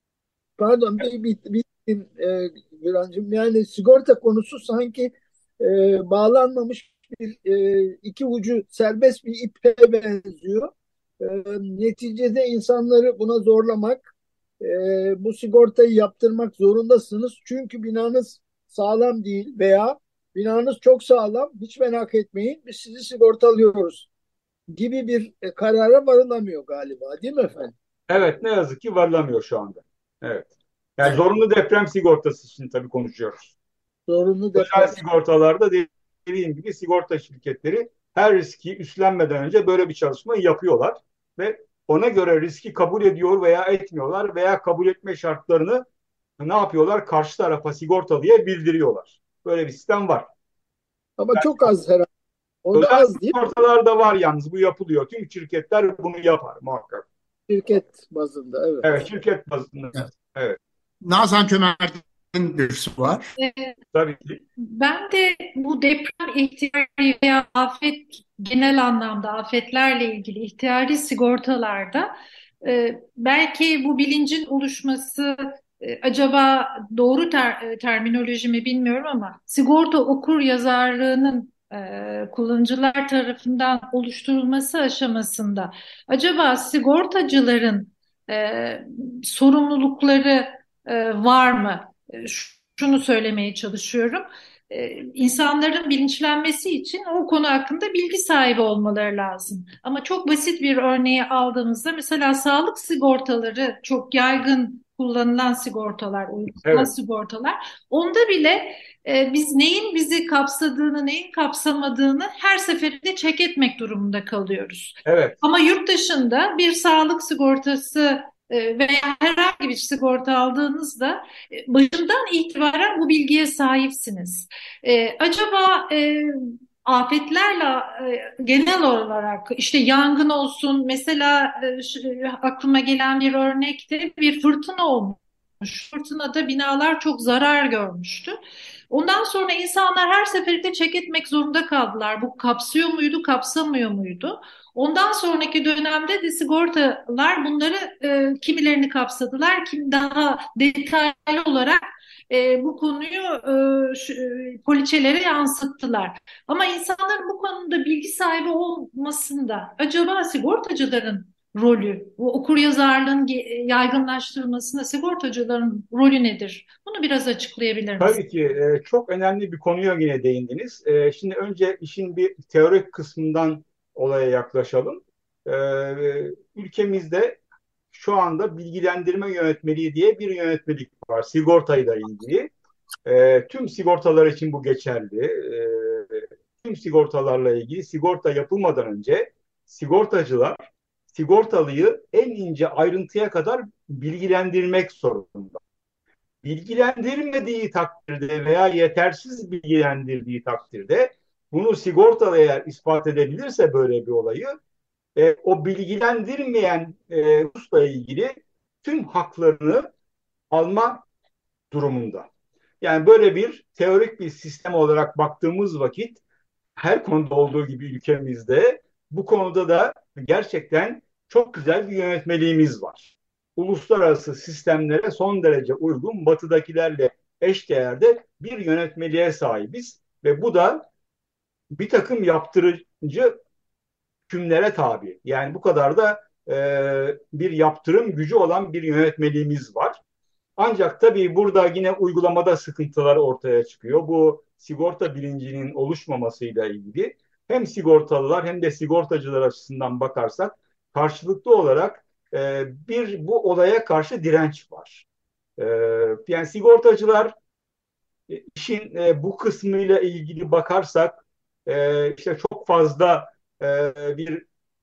pardon bir, bir, bir, e, Gürancığım, yani sigorta konusu sanki e, bağlanmamış bir e, iki ucu serbest bir ipe benziyor. E, Neticede insanları buna zorlamak, e, bu sigortayı yaptırmak zorundasınız. Çünkü binanız sağlam değil veya binanız çok sağlam, hiç merak etmeyin biz sizi sigortalıyoruz gibi bir e, karara varılamıyor galiba, değil mi efendim? Evet, ne yazık ki varılamıyor şu anda. Evet. Yani Evet. zorunlu deprem sigortası için tabii konuşuyoruz. Zorunlu Özel deprem. sigortalarda dediğim gibi sigorta şirketleri her riski üstlenmeden önce böyle bir çalışmayı yapıyorlar ve ona göre riski kabul ediyor veya etmiyorlar veya kabul etme şartlarını ne yapıyorlar? Karşı tarafa sigortalıya bildiriyorlar. Böyle bir sistem var. Ama çok az herhalde. O da Özel az değil mi? sigortalarda var yalnız, bu yapılıyor. Tüm şirketler bunu yapar muhakkak. Şirket bazında, Evet, evet. şirket bazında. Evet. Evet, Nazan Cömert'in bir sorusu var. Ee, tabii ki. Ben de bu deprem ihtiyari veya afet, genel anlamda afetlerle ilgili ihtiyari sigortalarda e, belki bu bilincin oluşması, e, acaba doğru ter, e, terminoloji mi bilmiyorum ama sigorta okur yazarlığının e, kullanıcılar tarafından oluşturulması aşamasında acaba sigortacıların e, sorumlulukları e, var mı? E, Şunu söylemeye çalışıyorum. Ee, insanların bilinçlenmesi için o konu hakkında bilgi sahibi olmaları lazım. Ama çok basit bir örneği aldığımızda mesela sağlık sigortaları çok yaygın kullanılan sigortalar, uygulanan Evet, sigortalar. Onda bile e, biz neyin bizi kapsadığını, neyin kapsamadığını her seferinde check etmek durumunda kalıyoruz. evet, Ama yurt dışında bir sağlık sigortası e, veya herhangi bir sigorta aldığınızda e, başından itibaren bu bilgiye sahipsiniz. E, acaba e, afetlerle e, genel olarak işte yangın olsun mesela e, şu- aklıma gelen bir örnekte bir fırtına olmuş. Fırtınada binalar çok zarar görmüştü. Ondan sonra insanlar her seferinde check etmek zorunda kaldılar. Bu kapsıyor muydu, kapsamıyor muydu? Ondan sonraki dönemde de sigortalar bunları e, kimilerini kapsadılar, kim daha detaylı olarak e, bu konuyu e, şu, e, poliçelere yansıttılar. Ama insanların bu konuda bilgi sahibi olmasında acaba sigortacıların rolü, bu okuryazarlığın ge- yaygınlaştırılmasında sigortacıların rolü nedir? Bunu biraz açıklayabilir misiniz? tabii ki e, çok önemli bir konuya yine değindiniz. E, şimdi önce işin bir teorik kısmından olaya yaklaşalım. E, ülkemizde şu anda bilgilendirme yönetmeliği diye bir yönetmelik var sigortayla ilgili. E, tüm sigortalar için bu geçerli. E, tüm sigortalarla ilgili sigorta yapılmadan önce sigortacılar sigortalıyı en ince ayrıntıya kadar bilgilendirmek zorunda. Bilgilendirmediği takdirde veya yetersiz bilgilendirdiği takdirde bunu sigortalı eğer ispat edebilirse böyle bir olayı e, o bilgilendirmeyen e, hususla ilgili tüm haklarını alma durumunda. Yani böyle bir teorik bir sistem olarak baktığımız vakit her konuda olduğu gibi ülkemizde bu konuda da gerçekten çok güzel bir yönetmeliğimiz var. Uluslararası sistemlere son derece uygun, batıdakilerle eşdeğerde bir yönetmeliğe sahibiz ve bu da bir takım yaptırıcı hükümlere tabi. Yani bu kadar da e, bir yaptırım gücü olan bir yönetmeliğimiz var. Ancak tabii burada yine uygulamada sıkıntılar ortaya çıkıyor. Bu sigorta bilincinin oluşmamasıyla ilgili hem sigortalılar hem de sigortacılar açısından bakarsak karşılıklı olarak e, bir bu olaya karşı direnç var. E, Yani sigortacılar e, işin e, bu kısmıyla ilgili bakarsak e, işte çok fazla e, bir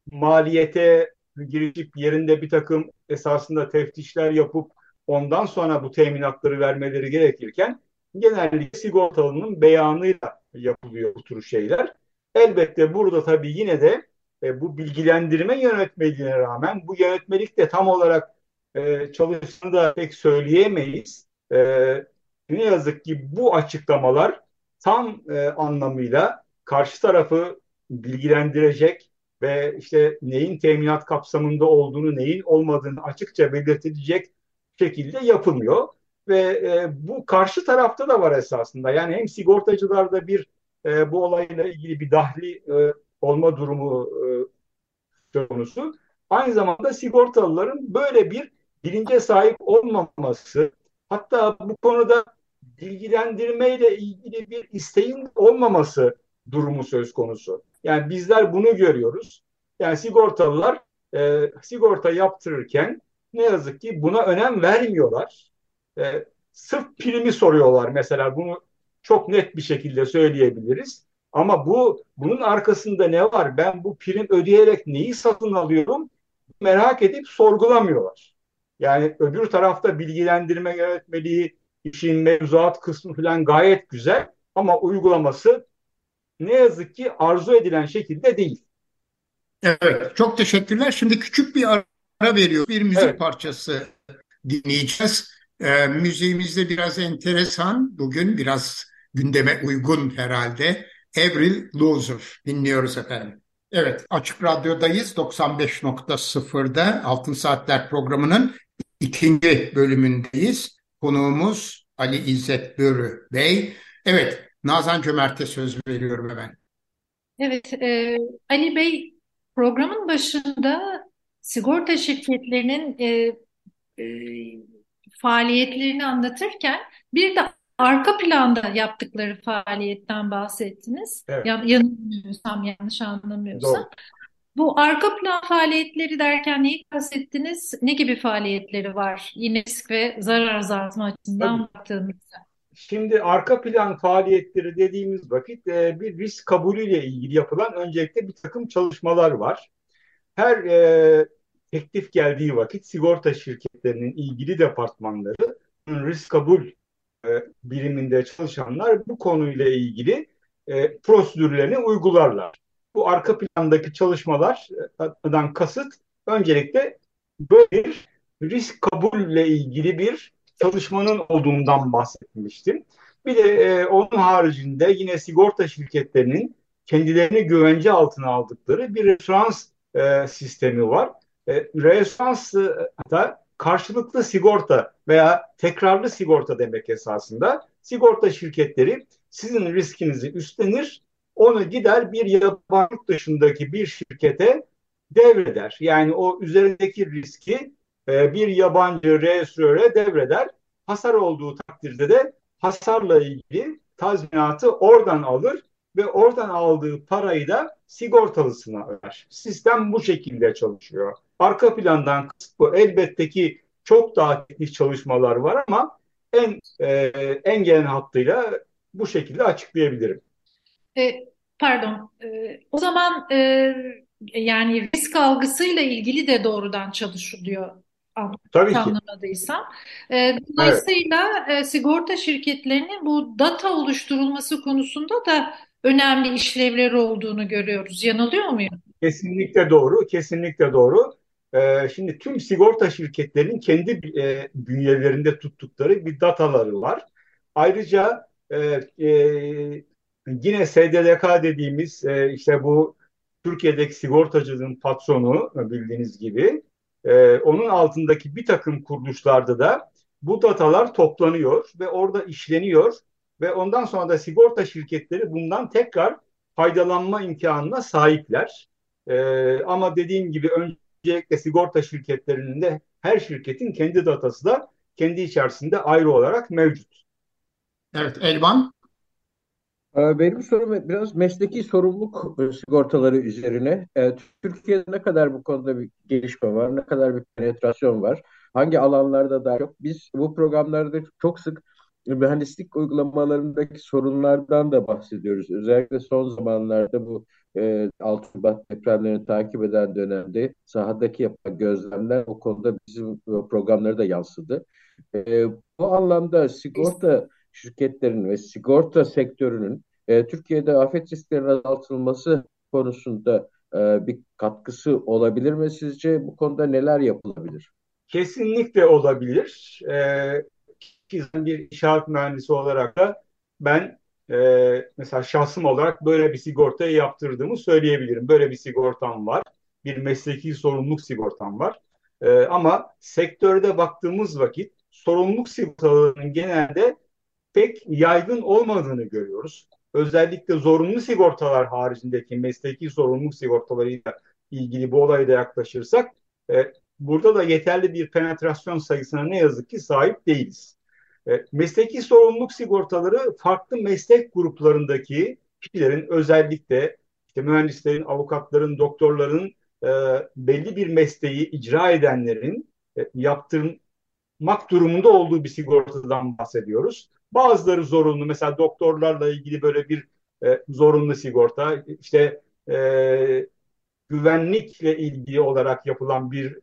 maliyete girişip yerinde bir takım esasında teftişler yapıp ondan sonra bu teminatları vermeleri gerekirken genellikle sigortalının beyanıyla yapılıyor bu tür şeyler. Elbette burada tabii yine de e, bu bilgilendirme yönetmeliğine rağmen bu yönetmelik de tam olarak e, çalıştığını da pek söyleyemeyiz. E, Ne yazık ki bu açıklamalar tam e, anlamıyla karşı tarafı bilgilendirecek ve işte neyin teminat kapsamında olduğunu, neyin olmadığını açıkça belirtilecek şekilde yapılmıyor. Ve e, bu karşı tarafta da var esasında. Yani hem sigortacılarda bir e, bu olayla ilgili bir dahli e, olma durumu e, söz konusu. Aynı zamanda sigortalıların böyle bir bilince sahip olmaması, hatta bu konuda bilgilendirmeyle ilgili bir isteğin olmaması durumu söz konusu. Yani bizler bunu görüyoruz. Yani sigortalılar e, sigorta yaptırırken ne yazık ki buna önem vermiyorlar. E, Sırf primi soruyorlar mesela, bunu çok net bir şekilde söyleyebiliriz. Ama bu bunun arkasında ne var? Ben bu prim ödeyerek neyi satın alıyorum? Merak edip sorgulamıyorlar. Yani öbür tarafta bilgilendirme yönetmeliği, işin mevzuat kısmı falan gayet güzel ama uygulaması ne yazık ki arzu edilen şekilde değil. Evet, çok teşekkürler. Şimdi küçük bir ara veriyor. Bir müzik Evet, parçası dinleyeceğiz. Ee, müziğimizde biraz enteresan, bugün biraz gündeme uygun herhalde. Avril Loser dinliyoruz efendim. Evet, Açık Radyo'dayız. doksan beş nokta sıfırda Altın Saatler programının ikinci bölümündeyiz. Konuğumuz Ali İzzet Börü Bey. Evet, Nazan Cömert'e söz veriyorum hemen. Evet, e, Ali Bey programın başında sigorta şirketlerinin e, e, faaliyetlerini anlatırken bir de arka planda yaptıkları faaliyetten bahsettiniz. evet, Yan, yanılmıyorsam, yanlış anlamıyorsam. doğru. Bu arka plan faaliyetleri derken neyi kastettiniz? Ne gibi faaliyetleri var? Yine risk ve zarar azaltma Tabii. açısından baktığımızda. Şimdi arka plan faaliyetleri dediğimiz vakit e, bir risk kabulüyle ilgili yapılan öncelikle bir takım çalışmalar var. Her e, teklif geldiği vakit sigorta şirketlerinin ilgili departmanları, risk kabul e, biriminde çalışanlar bu konuyla ilgili e, prosedürlerini uygularlar. Bu arka plandaki çalışmalardan kasıt öncelikle böyle bir risk kabulle ilgili bir çalışmanın olduğundan bahsetmiştim. Bir de e, onun haricinde yine sigorta şirketlerinin kendilerini güvence altına aldıkları bir referans e, sistemi var. E, Referans da karşılıklı sigorta veya tekrarlı sigorta demek esasında. Sigorta şirketleri sizin riskinizi üstlenir, onu gider bir yabancı dışındaki bir şirkete devreder. Yani o üzerindeki riski e, bir yabancı reesüröre devreder. Hasar olduğu takdirde de hasarla ilgili tazminatı oradan alır ve oradan aldığı parayı da sigortalısına öder. Sistem bu şekilde çalışıyor. Arka plandan kısıt bu. Elbette ki çok daha teknik çalışmalar var ama en e, en genel hattıyla bu şekilde açıklayabilirim. E, pardon, e, o zaman e, yani risk algısıyla ilgili de doğrudan çalışılıyor an- Tabii ki. anlamadıysam. E, Evet. dolayısıyla e, sigorta şirketlerinin bu data oluşturulması konusunda da önemli işlevleri olduğunu görüyoruz. Yanılıyor muyum? Kesinlikle doğru, kesinlikle doğru. Ee, şimdi tüm sigorta şirketlerinin kendi e, bünyelerinde tuttukları bir dataları var. Ayrıca e, e, yine S D L K dediğimiz e, işte bu Türkiye'deki sigortacılığın patronu bildiğiniz gibi e, onun altındaki bir takım kuruluşlarda da bu datalar toplanıyor ve orada işleniyor ve ondan sonra da sigorta şirketleri bundan tekrar faydalanma imkanına sahipler. E, ama dediğim gibi öncelikle sigorta şirketlerinin de her şirketin kendi datası da kendi içerisinde ayrı olarak mevcut. Evet, Elvan. Ee, Benim sorum biraz mesleki sorumluluk e, sigortaları üzerine. Ee, Türkiye'de ne kadar bu konuda bir gelişme var, ne kadar bir penetrasyon var, hangi alanlarda daha çok? Biz bu programlarda çok sık mühendislik uygulamalarındaki sorunlardan da bahsediyoruz. Özellikle son zamanlarda bu e, altı Şubat depremlerini takip eden dönemde sahadaki yapılan gözlemler bu konuda bizim e, programlara da yansıdı. E, Bu anlamda sigorta şirketlerinin ve sigorta sektörünün e, Türkiye'de afet risklerinin azaltılması konusunda e, bir katkısı olabilir mi sizce? Bu konuda neler yapılabilir? Kesinlikle olabilir. Ee, ki bir inşaat mühendisi olarak da ben e, mesela şahsım olarak böyle bir sigortayı yaptırdığımı söyleyebilirim. Böyle bir sigortam var. Bir mesleki sorumluluk sigortam var. Ee, ama sektörde baktığımız vakit sorumluluk sigortalarının genelde pek yaygın olmadığını görüyoruz. Özellikle zorunlu sigortalar haricindeki mesleki sorumluluk sigortalarıyla ilgili bu olayda yaklaşırsak e, burada da yeterli bir penetrasyon sayısına ne yazık ki sahip değiliz. E, mesleki sorumluluk sigortaları farklı meslek gruplarındaki kişilerin özellikle işte mühendislerin, avukatların, doktorların e, belli bir mesleği icra edenlerin e, yaptırım mak durumunda olduğu bir sigortadan bahsediyoruz. Bazıları zorunlu. Mesela doktorlarla ilgili böyle bir e, zorunlu sigorta. İşte e, güvenlikle ilgili olarak yapılan bir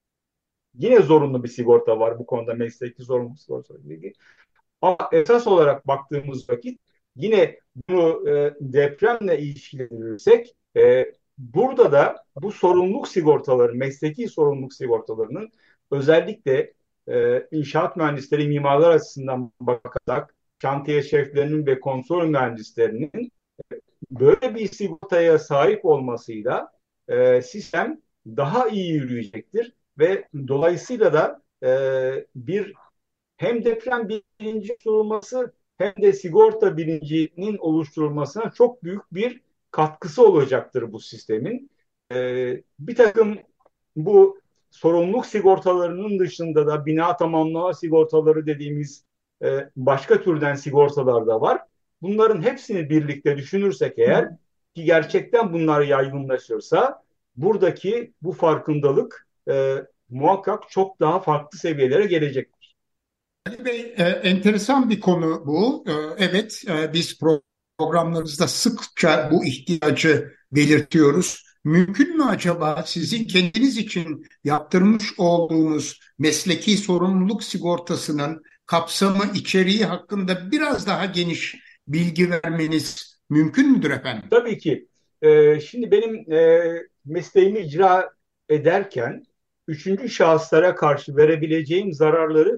yine zorunlu bir sigorta var bu konuda mesleki zorunlu sigorta ile ilgili. Ama esas olarak baktığımız vakit yine bunu e, depremle ilişkilendirirsek e, burada da bu sorumluluk sigortaları, mesleki sorumluluk sigortalarının özellikle e, inşaat mühendisleri, mimarlar açısından bakarak şantiye şeflerinin ve kontrol mühendislerinin böyle bir sigortaya sahip olmasıyla e, sistem daha iyi yürüyecektir ve dolayısıyla da e, bir hem deprem bilinci oluşturulması hem de sigorta bilincinin oluşturulmasına çok büyük bir katkısı olacaktır bu sistemin. Ee, bir takım bu sorumluluk sigortalarının dışında da bina tamamlama sigortaları dediğimiz e, başka türden sigortalar da var. Bunların hepsini birlikte düşünürsek eğer ki gerçekten bunlar yaygınlaşırsa buradaki bu farkındalık e, muhakkak çok daha farklı seviyelere gelecek. Ali Bey, e, enteresan bir konu bu. E, evet, e, biz programlarımızda sıkça bu ihtiyacı belirtiyoruz. Mümkün mü acaba sizin kendiniz için yaptırmış olduğunuz mesleki sorumluluk sigortasının kapsamı, içeriği hakkında biraz daha geniş bilgi vermeniz mümkün müdür efendim? Tabii ki. Ee, şimdi benim e, mesleğimi icra ederken üçüncü şahıslara karşı verebileceğim zararların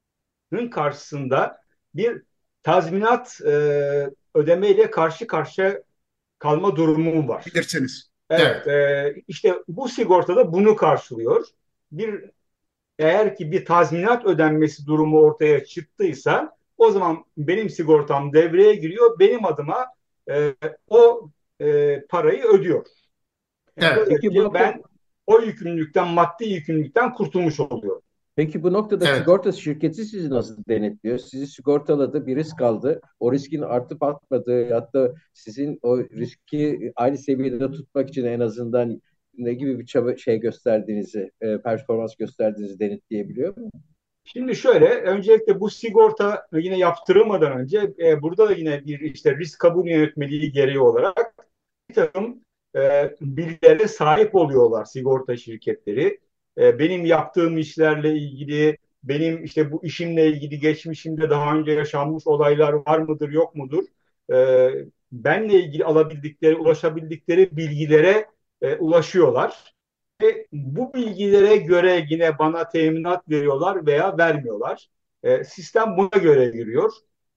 karşısında bir tazminat e, ödemeyle karşı karşıya kalma durumum var. Bilirsiniz. Evet, Evet. e, işte bu sigortada bunu karşılıyor. Bir eğer ki bir tazminat ödenmesi durumu ortaya çıktıysa o zaman benim sigortam devreye giriyor. Benim adıma e, o e, parayı ödüyor. Yani Evet. Peki bu böylece nokta ben o yükümlülükten, maddi yükümlülükten kurtulmuş oluyorum. Peki bu noktada Evet. sigorta şirketi sizi nasıl denetliyor? Sizi sigortaladı, bir risk aldı. O riskin artıp artmadığı, hatta sizin o riski aynı seviyede tutmak için en azından ne gibi bir çaba şey gösterdiğinizi, e, performans gösterdiğinizi denetleyebiliyor mu? Şimdi şöyle, öncelikle bu sigorta yine yaptırılmadan önce e, burada da yine bir işte risk kabul yönetmeliği gereği olarak bir takım e, bilgilere sahip oluyorlar sigorta şirketleri. E, benim yaptığım işlerle ilgili, benim işte bu işimle ilgili geçmişimde daha önce yaşanmış olaylar var mıdır, yok mudur? E, benle ilgili alabildikleri, ulaşabildikleri bilgilere e, ulaşıyorlar. Ve bu bilgilere göre yine bana teminat veriyorlar veya vermiyorlar. E, sistem buna göre giriyor.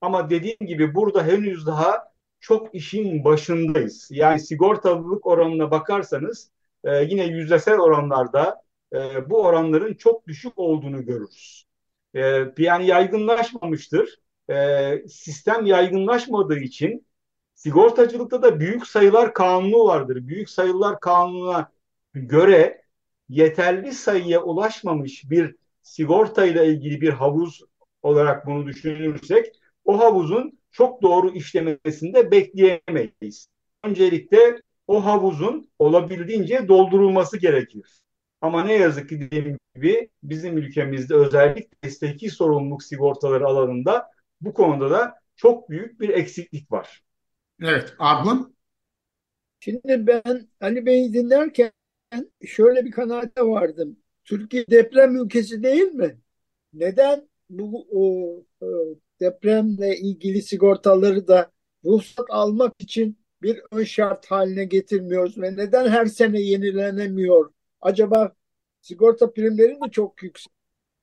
Ama dediğim gibi burada henüz daha çok işin başındayız. Yani sigortalılık oranına bakarsanız e, yine yüzdesel oranlarda e, bu oranların çok düşük olduğunu görürüz. E, yani yaygınlaşmamıştır. E, sistem yaygınlaşmadığı için sigortacılıkta da büyük sayılar kanunu vardır. Büyük sayılar kanununa göre yeterli sayıya ulaşmamış bir sigorta ile ilgili bir havuz olarak bunu düşünürsek o havuzun çok doğru işlemesini de bekleyemeyiz. Öncelikle o havuzun olabildiğince doldurulması gerekir. Ama ne yazık ki dediğim gibi bizim ülkemizde özellikle mesleki sorumluluk sigortaları alanında bu konuda da çok büyük bir eksiklik var. Evet, Argun. Şimdi ben Ali Bey'i dinlerken şöyle bir kanaate vardım. Türkiye deprem ülkesi değil mi? Neden bu o, o, depremle ilgili sigortaları da ruhsat almak için bir ön şart haline getirmiyoruz ve neden her sene yenilenemiyor? Acaba sigorta primleri mi çok yüksek?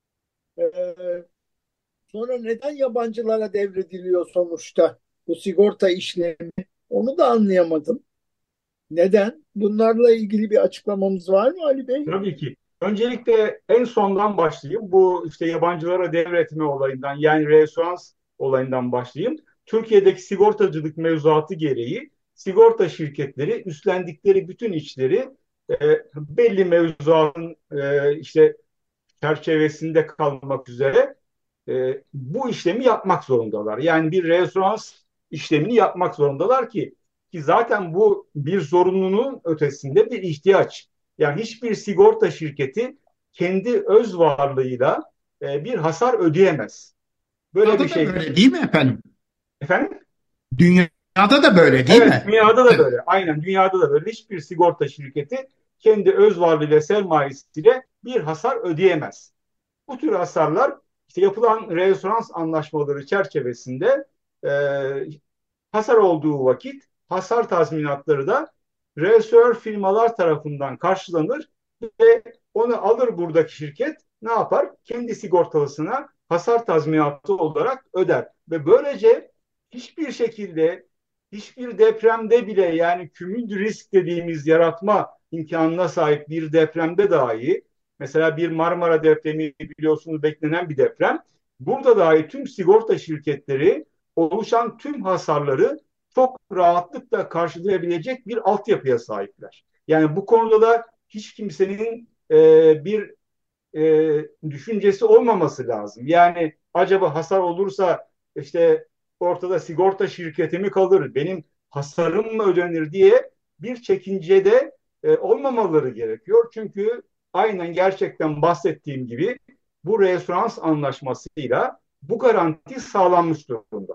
Ee, Sonra neden yabancılara devrediliyor sonuçta bu sigorta işlemi? Onu da anlayamadım. Neden? Bunlarla ilgili bir açıklamamız var mı Ali Bey? Tabii ki. Öncelikle en sondan başlayayım. Bu işte yabancılara devretme olayından yani reasürans olayından başlayayım. Türkiye'deki sigortacılık mevzuatı gereği sigorta şirketleri üstlendikleri bütün işleri e, belli mevzuatın e, işte çerçevesinde kalmak üzere e, bu işlemi yapmak zorundalar. Yani bir reasürans işlemini yapmak zorundalar ki ki zaten bu bir zorunluluğun ötesinde bir ihtiyaç. Yani hiçbir sigorta şirketi kendi öz varlığıyla e, bir hasar ödeyemez. Böyle bir Dünyada da şey. böyle değil mi efendim? Efendim? Dünyada da böyle değil Evet, mi? dünyada da Evet. böyle. Aynen dünyada da böyle. Hiçbir sigorta şirketi kendi öz varlığıyla sermayesiyle bir hasar ödeyemez. Bu tür hasarlar işte yapılan reasürans anlaşmaları çerçevesinde e, hasar olduğu vakit hasar tazminatları da reasür firmalar tarafından karşılanır ve onu alır buradaki şirket ne yapar? Kendi sigortalısına hasar tazminatı olarak öder. Ve böylece hiçbir şekilde hiçbir depremde bile yani kümül risk dediğimiz yaratma imkanına sahip bir depremde dahi mesela bir Marmara depremi biliyorsunuz beklenen bir deprem. Burada dahi tüm sigorta şirketleri oluşan tüm hasarları çok rahatlıkla karşılayabilecek bir altyapıya sahipler. Yani bu konuda da hiç kimsenin e, bir e, düşüncesi olmaması lazım. Yani acaba hasar olursa işte ortada sigorta şirketi mi kalır, benim hasarım mı ödenir diye bir çekincede e, olmamaları gerekiyor. Çünkü aynen gerçekten bahsettiğim gibi bu reasürans anlaşmasıyla bu garanti sağlanmış durumda.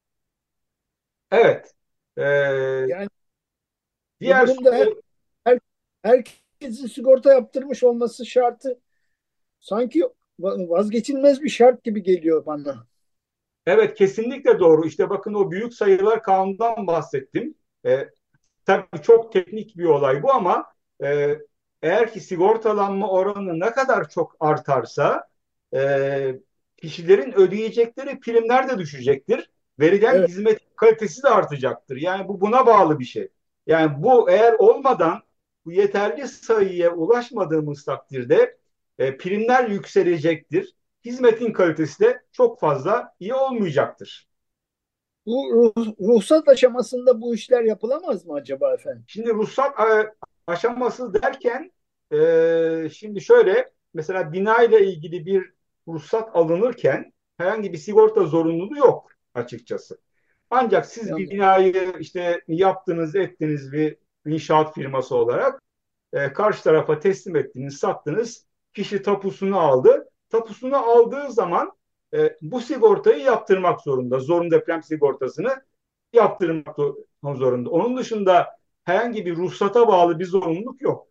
Evet. Ee, Yani bu diğer durumda her, soru, her- herkesin sigorta yaptırmış olması şartı sanki vazgeçilmez bir şart gibi geliyor bana. evet kesinlikle doğru. İşte bakın o büyük sayılar kanundan bahsettim. Ee, tabii çok teknik bir olay bu ama e, eğer ki sigortalanma oranı ne kadar çok artarsa e, kişilerin ödeyecekleri primler de düşecektir. Verilen Evet. hizmet kalitesi de artacaktır. Yani bu buna bağlı bir şey. Yani bu eğer olmadan bu yeterli sayıya ulaşmadığımız takdirde e, primler yükselecektir. Hizmetin kalitesi de çok fazla iyi olmayacaktır. Bu ruh- ruhsat aşamasında bu işler yapılamaz mı acaba efendim? Şimdi ruhsat e, aşaması derken e, şimdi şöyle mesela bina ile ilgili bir ruhsat alınırken herhangi bir sigorta zorunluluğu yok açıkçası. Ancak siz Yani, binayı işte yaptınız ettiniz bir inşaat firması olarak e, karşı tarafa teslim ettiniz, sattınız. Kişi tapusunu aldı. Tapusunu aldığı zaman e, bu sigortayı yaptırmak zorunda. Zorunlu deprem sigortasını yaptırmak zorunda. Onun dışında herhangi bir ruhsata bağlı bir zorunluluk yok.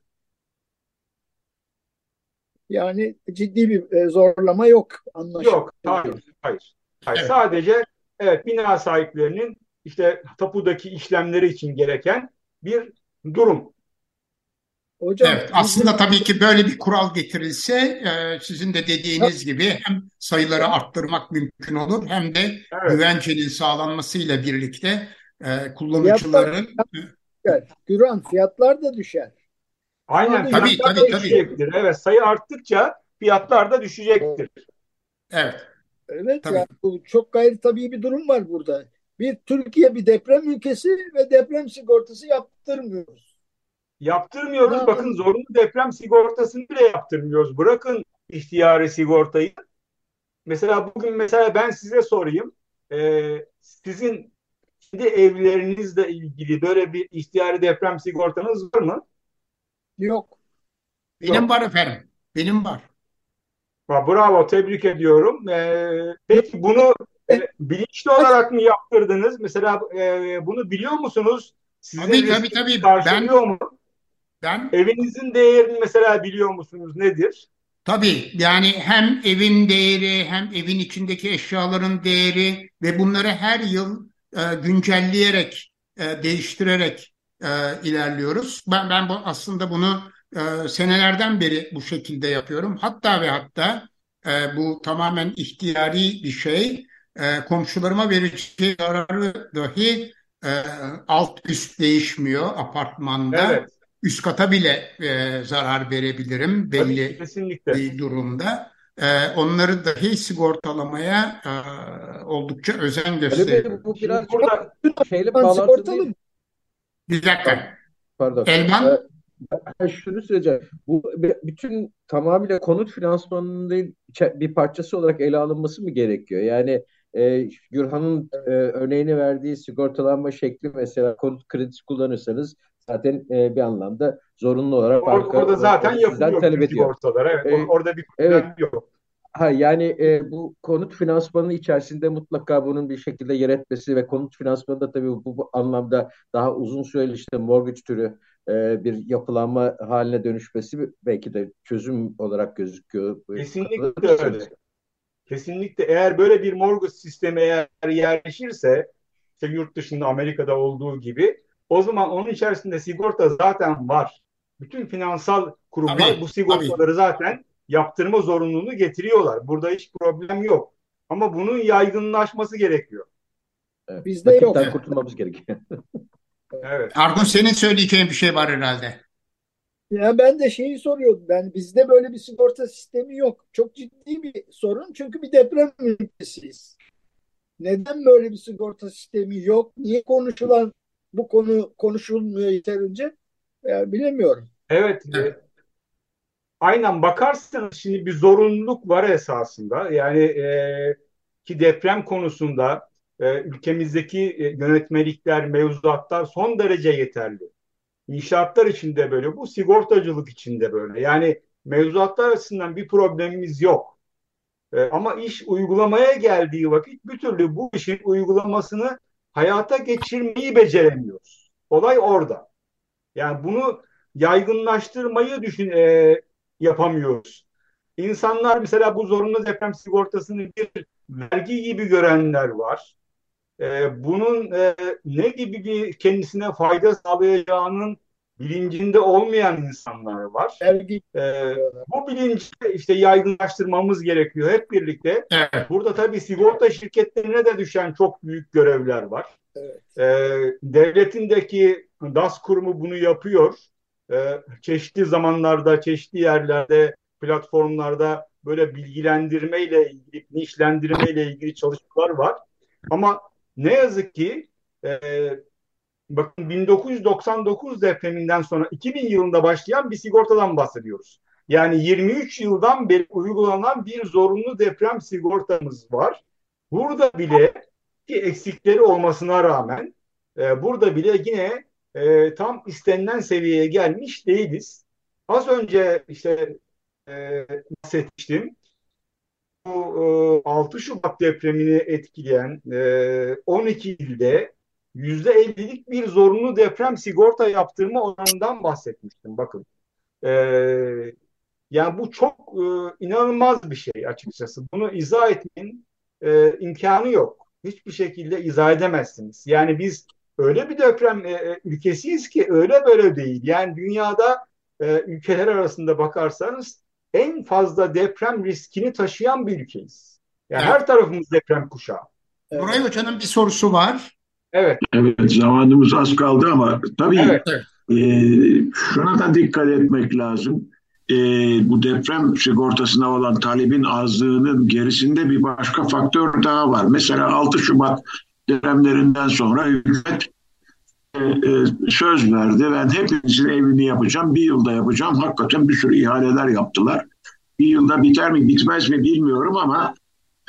yani ciddi bir e, zorlama yok Yok, anlaşılıyor. hayır, hayır. Hayır, Evet. sadece evet bina sahiplerinin işte tapudaki işlemleri için gereken bir durum. Hocam Evet, bizim aslında tabii ki böyle bir kural getirilse e, sizin de dediğiniz gibi hem sayıları arttırmak mümkün olur hem de Evet. güvencenin sağlanmasıyla birlikte e, fiyatlar kullanıcıların düşer. Güran, fiyatlar da düşer. Şu Aynen, anda yurt tabii fiyatlar tabii da tabii düşecektir. Evet, sayı arttıkça fiyatlar da düşecektir. evet evet tabii yani bu çok gayri tabii bir durum var burada. Bir Türkiye bir deprem ülkesi ve deprem sigortası yaptırmıyoruz. Yaptırmıyoruz. Bakın, İnan, zorunlu deprem sigortasını bile yaptırmıyoruz. Bırakın ihtiyari sigortayı. Mesela bugün mesela ben size sorayım. Ee, sizin kendi evlerinizle ilgili böyle bir ihtiyari deprem sigortanız var mı? yok. benim Yok. var efendim benim var. Ha, bravo, tebrik ediyorum. Ee, Yok. peki bunu E, e, bilinçli olarak mı yaptırdınız? Mesela e, bunu biliyor musunuz? Sizin Tabii tabii riskinizi tabii ben karşılıyor mu? ben Evinizin değerini mesela biliyor musunuz? Nedir? tabii yani hem evin değeri hem evin içindeki eşyaların değeri ve bunları her yıl e, güncelleyerek e, değiştirerek e, ilerliyoruz. Ben ben bu, aslında bunu e, senelerden beri bu şekilde yapıyorum. Hatta ve hatta e, bu tamamen ihtiyari bir şey. E, komşularıma vereceği zararı dahi e, alt üst değişmiyor apartmanda. Evet, Üst kata bile e, zarar verebilirim tabii, belli kesinlikle. bir durumda. E, onları dahi sigortalamaya e, oldukça özen Ali Bey, gösteriyorum. bu Şimdi birazcık burada şeyle Ben bağlantılı sigortalı değil. mı? Bir Pardon. dakika. Pardon. Ee, Elman, ben şunu söyleyeceğim. Bu b- bütün tamamıyla konut finansmanının değil, çe- bir parçası olarak ele alınması mı gerekiyor? Yani e, Gürhan'ın e, örneğini verdiği sigortalanma şekli, mesela konut kredisi kullanırsanız zaten e, bir anlamda zorunlu olarak or- banka orada o- zaten onu sizden yapılıyor talep bütün ediyor. sigortalar. Evet, or- E, orada bir evet. problem yok. Ha, yani e, bu konut finansmanı içerisinde mutlaka bunun bir şekilde yer etmesi ve konut finansmanı da tabii bu, bu anlamda daha uzun süreli işte mortgage türü e, bir yapılanma haline dönüşmesi belki de çözüm olarak gözüküyor. Katılır Kesinlikle mısınız? öyle. Kesinlikle, eğer böyle bir mortgage sistemi eğer yerleşirse, işte yurt dışında Amerika'da olduğu gibi, o zaman onun içerisinde sigorta zaten var. Bütün finansal kurumlar bu tabii, tabii. sigortaları zaten yaptırma zorunluluğunu getiriyorlar. Burada hiç problem yok. Ama bunun yaygınlaşması gerekiyor. Evet. Bizde yok. Nakitten Evet. kurtulmamız gerekiyor. Evet. Argun senin söyleyeceğin bir şey var herhalde. Ya ben de şeyi soruyordum. Ben bizde böyle bir sigorta sistemi yok. Çok ciddi bir sorun çünkü bir deprem ülkesiyiz. Neden böyle bir sigorta sistemi yok? Niye konuşulan bu konu konuşulmuyor yeterince? Ya bilemiyorum. Evet. Evet, e, Aynen, bakarsanız şimdi bir zorunluluk var esasında. Yani e, ki deprem konusunda e, ülkemizdeki e, yönetmelikler, mevzuatlar son derece yeterli. İnşaatlar için de böyle, bu sigortacılık için de böyle. Yani mevzuatlar açısından bir problemimiz yok. E, ama iş uygulamaya geldiği vakit bir türlü bu işin uygulamasını hayata geçirmeyi beceremiyoruz. Olay orada. Yani bunu yaygınlaştırmayı düşün e, yapamıyoruz. İnsanlar mesela bu zorunlu deprem sigortasını bir vergi gibi görenler var. E, bunun e, ne gibi bir kendisine fayda sağlayacağının bilincinde olmayan insanlar var. Vergi E, diyorlar. Bu bilinci işte yaygınlaştırmamız gerekiyor hep birlikte. evet, Burada tabii sigorta şirketlerine de düşen çok büyük görevler var. Evet. E, Devletindeki DAS kurumu bunu yapıyor. E, çeşitli zamanlarda, çeşitli yerlerde, platformlarda böyle bilgilendirmeyle ilgili, bilinçlendirmeyle ilgili çalışmalar var. Ama ne yazık ki e, bakın, bin dokuz yüz doksan dokuz depreminden sonra iki bin yılında başlayan bir sigortadan bahsediyoruz. Yani yirmi üç yıldan beri uygulanan bir zorunlu deprem sigortamız var. Burada bile ki eksikleri olmasına rağmen e, burada bile yine e, tam istenilen seviyeye gelmiş değiliz. Az önce işte e, bahsetmiştim. Bu e, altı Şubat depremini etkileyen e, on iki ilde yüzde ellilik bir zorunlu deprem sigorta yaptırma oranından bahsetmiştim. Bakın. E, Yani bu çok e, inanılmaz bir şey açıkçası. Bunu izah etmenin e, imkanı yok. Hiçbir şekilde izah edemezsiniz. Yani biz öyle bir deprem e, e, ülkesiyiz ki öyle böyle değil. Yani dünyada e, ülkeler arasında bakarsanız en fazla deprem riskini taşıyan bir ülkeyiz. Yani Evet. her tarafımız deprem kuşağı. Nuray Hoca'nın bir sorusu var. Evet. Evet, zamanımız az kaldı ama tabii Evet. e, şuna da dikkat etmek lazım. E, Bu deprem sigortasına olan talebin azlığının gerisinde bir başka faktör daha var. Mesela altı Şubat depremlerinden sonra hükümet e, e, söz verdi. Ben hepinizin evini yapacağım, bir yılda yapacağım. Hakikaten bir sürü ihaleler yaptılar. Bir yılda biter mi bitmez mi bilmiyorum ama e,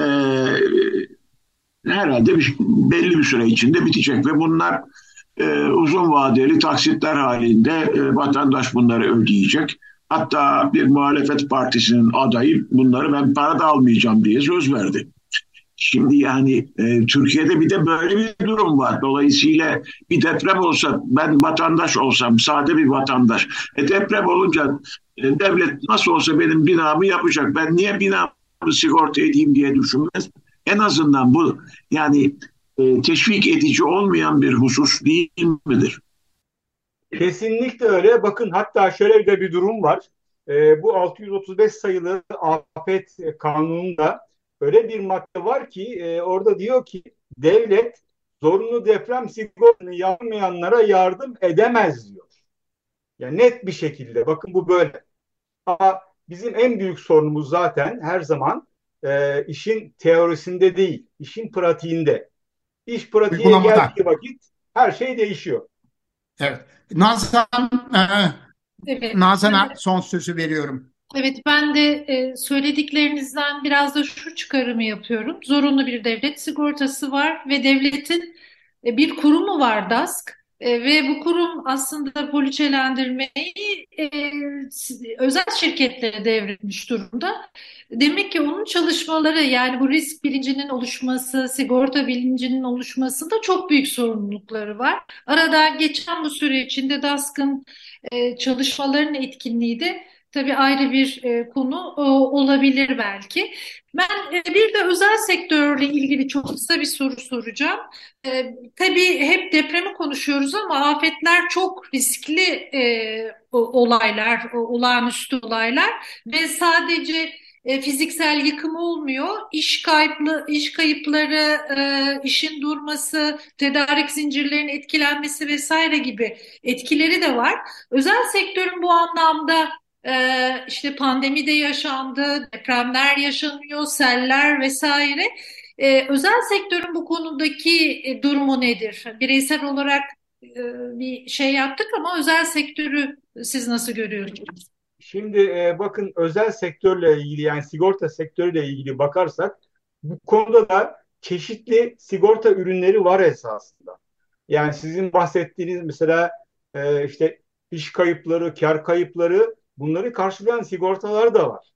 herhalde bir, belli bir süre içinde bitecek ve bunlar e, uzun vadeli taksitler halinde e, vatandaş bunları ödeyecek. Hatta bir muhalefet partisinin adayı bunları ben para da almayacağım diye söz verdi. Şimdi yani e, Türkiye'de bir de böyle bir durum var. Dolayısıyla bir deprem olsa ben vatandaş olsam, sade bir vatandaş. E, deprem olunca e, devlet nasıl olsa benim binamı yapacak. Ben niye binamı sigorta edeyim diye düşünmez. En azından bu yani e, teşvik edici olmayan bir husus değil midir? Kesinlikle öyle. Bakın hatta şöyle de bir durum var. Ee, bu altı yüz otuz beş sayılı Afet Kanunu'nda öyle bir madde var ki e, orada diyor ki devlet zorunlu deprem sigortasını yapmayanlara yardım edemez diyor. Yani net bir şekilde. Bakın bu böyle. Ama bizim en büyük sorunumuz zaten her zaman e, işin teorisinde değil, işin pratiğinde. İş pratiğe Uygulamada. geldiği vakit her şey değişiyor. Evet. Nazan, e, Evet. Nazan'a son sözü veriyorum. Evet, ben de e, söylediklerinizden biraz da şu çıkarımı yapıyorum. Zorunlu bir devlet sigortası var ve devletin e, bir kurumu var, DASK. E, ve bu kurum aslında poliçelendirmeyi e, özel şirketlere devretmiş durumda. Demek ki onun çalışmaları, yani bu risk bilincinin oluşması, sigorta bilincinin oluşmasında çok büyük sorumlulukları var. Aradan geçen bu süre içinde DASK'ın e, çalışmalarının etkinliği de tabii ayrı bir e, konu e, olabilir belki. Ben e, bir de özel sektörle ilgili çok kısa bir soru soracağım. E, tabii hep depremi konuşuyoruz ama afetler çok riskli e, olaylar, olağanüstü olaylar ve sadece e, fiziksel yıkım olmuyor. İş kayıplı, iş kayıpları, e, işin durması, tedarik zincirlerinin etkilenmesi vesaire gibi etkileri de var. Özel sektörün bu anlamda ee, işte pandemi de yaşandı, depremler yaşanıyor, seller vesaire. Ee, özel sektörün bu konudaki e, durumu nedir? Bireysel olarak e, bir şey yaptık ama özel sektörü siz nasıl görüyorsunuz? Şimdi e, bakın özel sektörle ilgili yani sigorta sektörüyle ilgili bakarsak bu konuda da çeşitli sigorta ürünleri var esasında. Yani sizin bahsettiğiniz mesela e, işte iş kayıpları, kar kayıpları bunları karşılayan sigortalar da var.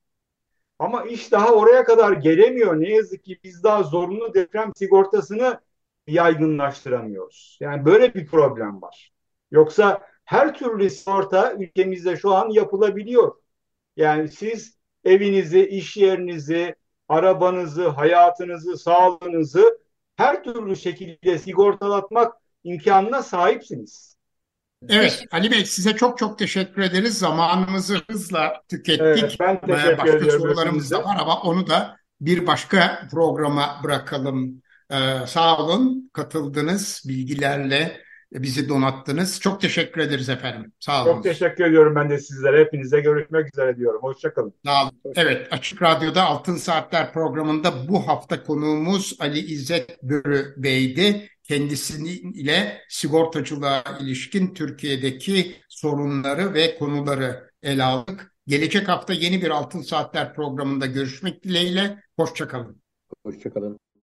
Ama iş daha oraya kadar gelemiyor. Ne yazık ki biz daha zorunlu deprem sigortasını yaygınlaştıramıyoruz. Yani böyle bir problem var. Yoksa her türlü sigorta ülkemizde şu an yapılabiliyor. Yani siz evinizi, iş yerinizi, arabanızı, hayatınızı, sağlığınızı her türlü şekilde sigortalatmak imkanına sahipsiniz. Evet, Ali Bey size çok çok teşekkür ederiz. Zamanımızı hızla Evet, tükettik. ben Ee, teşekkür Başka ediyorum sorularımız da hepinize. var ama onu da bir başka programa bırakalım. Ee, sağ olun, katıldınız, bilgilerle bizi donattınız. Çok teşekkür ederiz efendim. Sağ Çok olunuz. teşekkür ediyorum ben de sizlere. Hepinize görüşmek üzere diyorum. Hoşça kalın. Sağ olun. Evet, Açık Radyo'da Altın Saatler programında bu hafta konuğumuz Ali İzzet Börü Bey'di. Kendisiyle sigortacılığa ilişkin Türkiye'deki sorunları ve konuları ele aldık. Gelecek hafta yeni bir Altın Saatler programında görüşmek dileğiyle. Hoşça kalın. Hoşçakalın.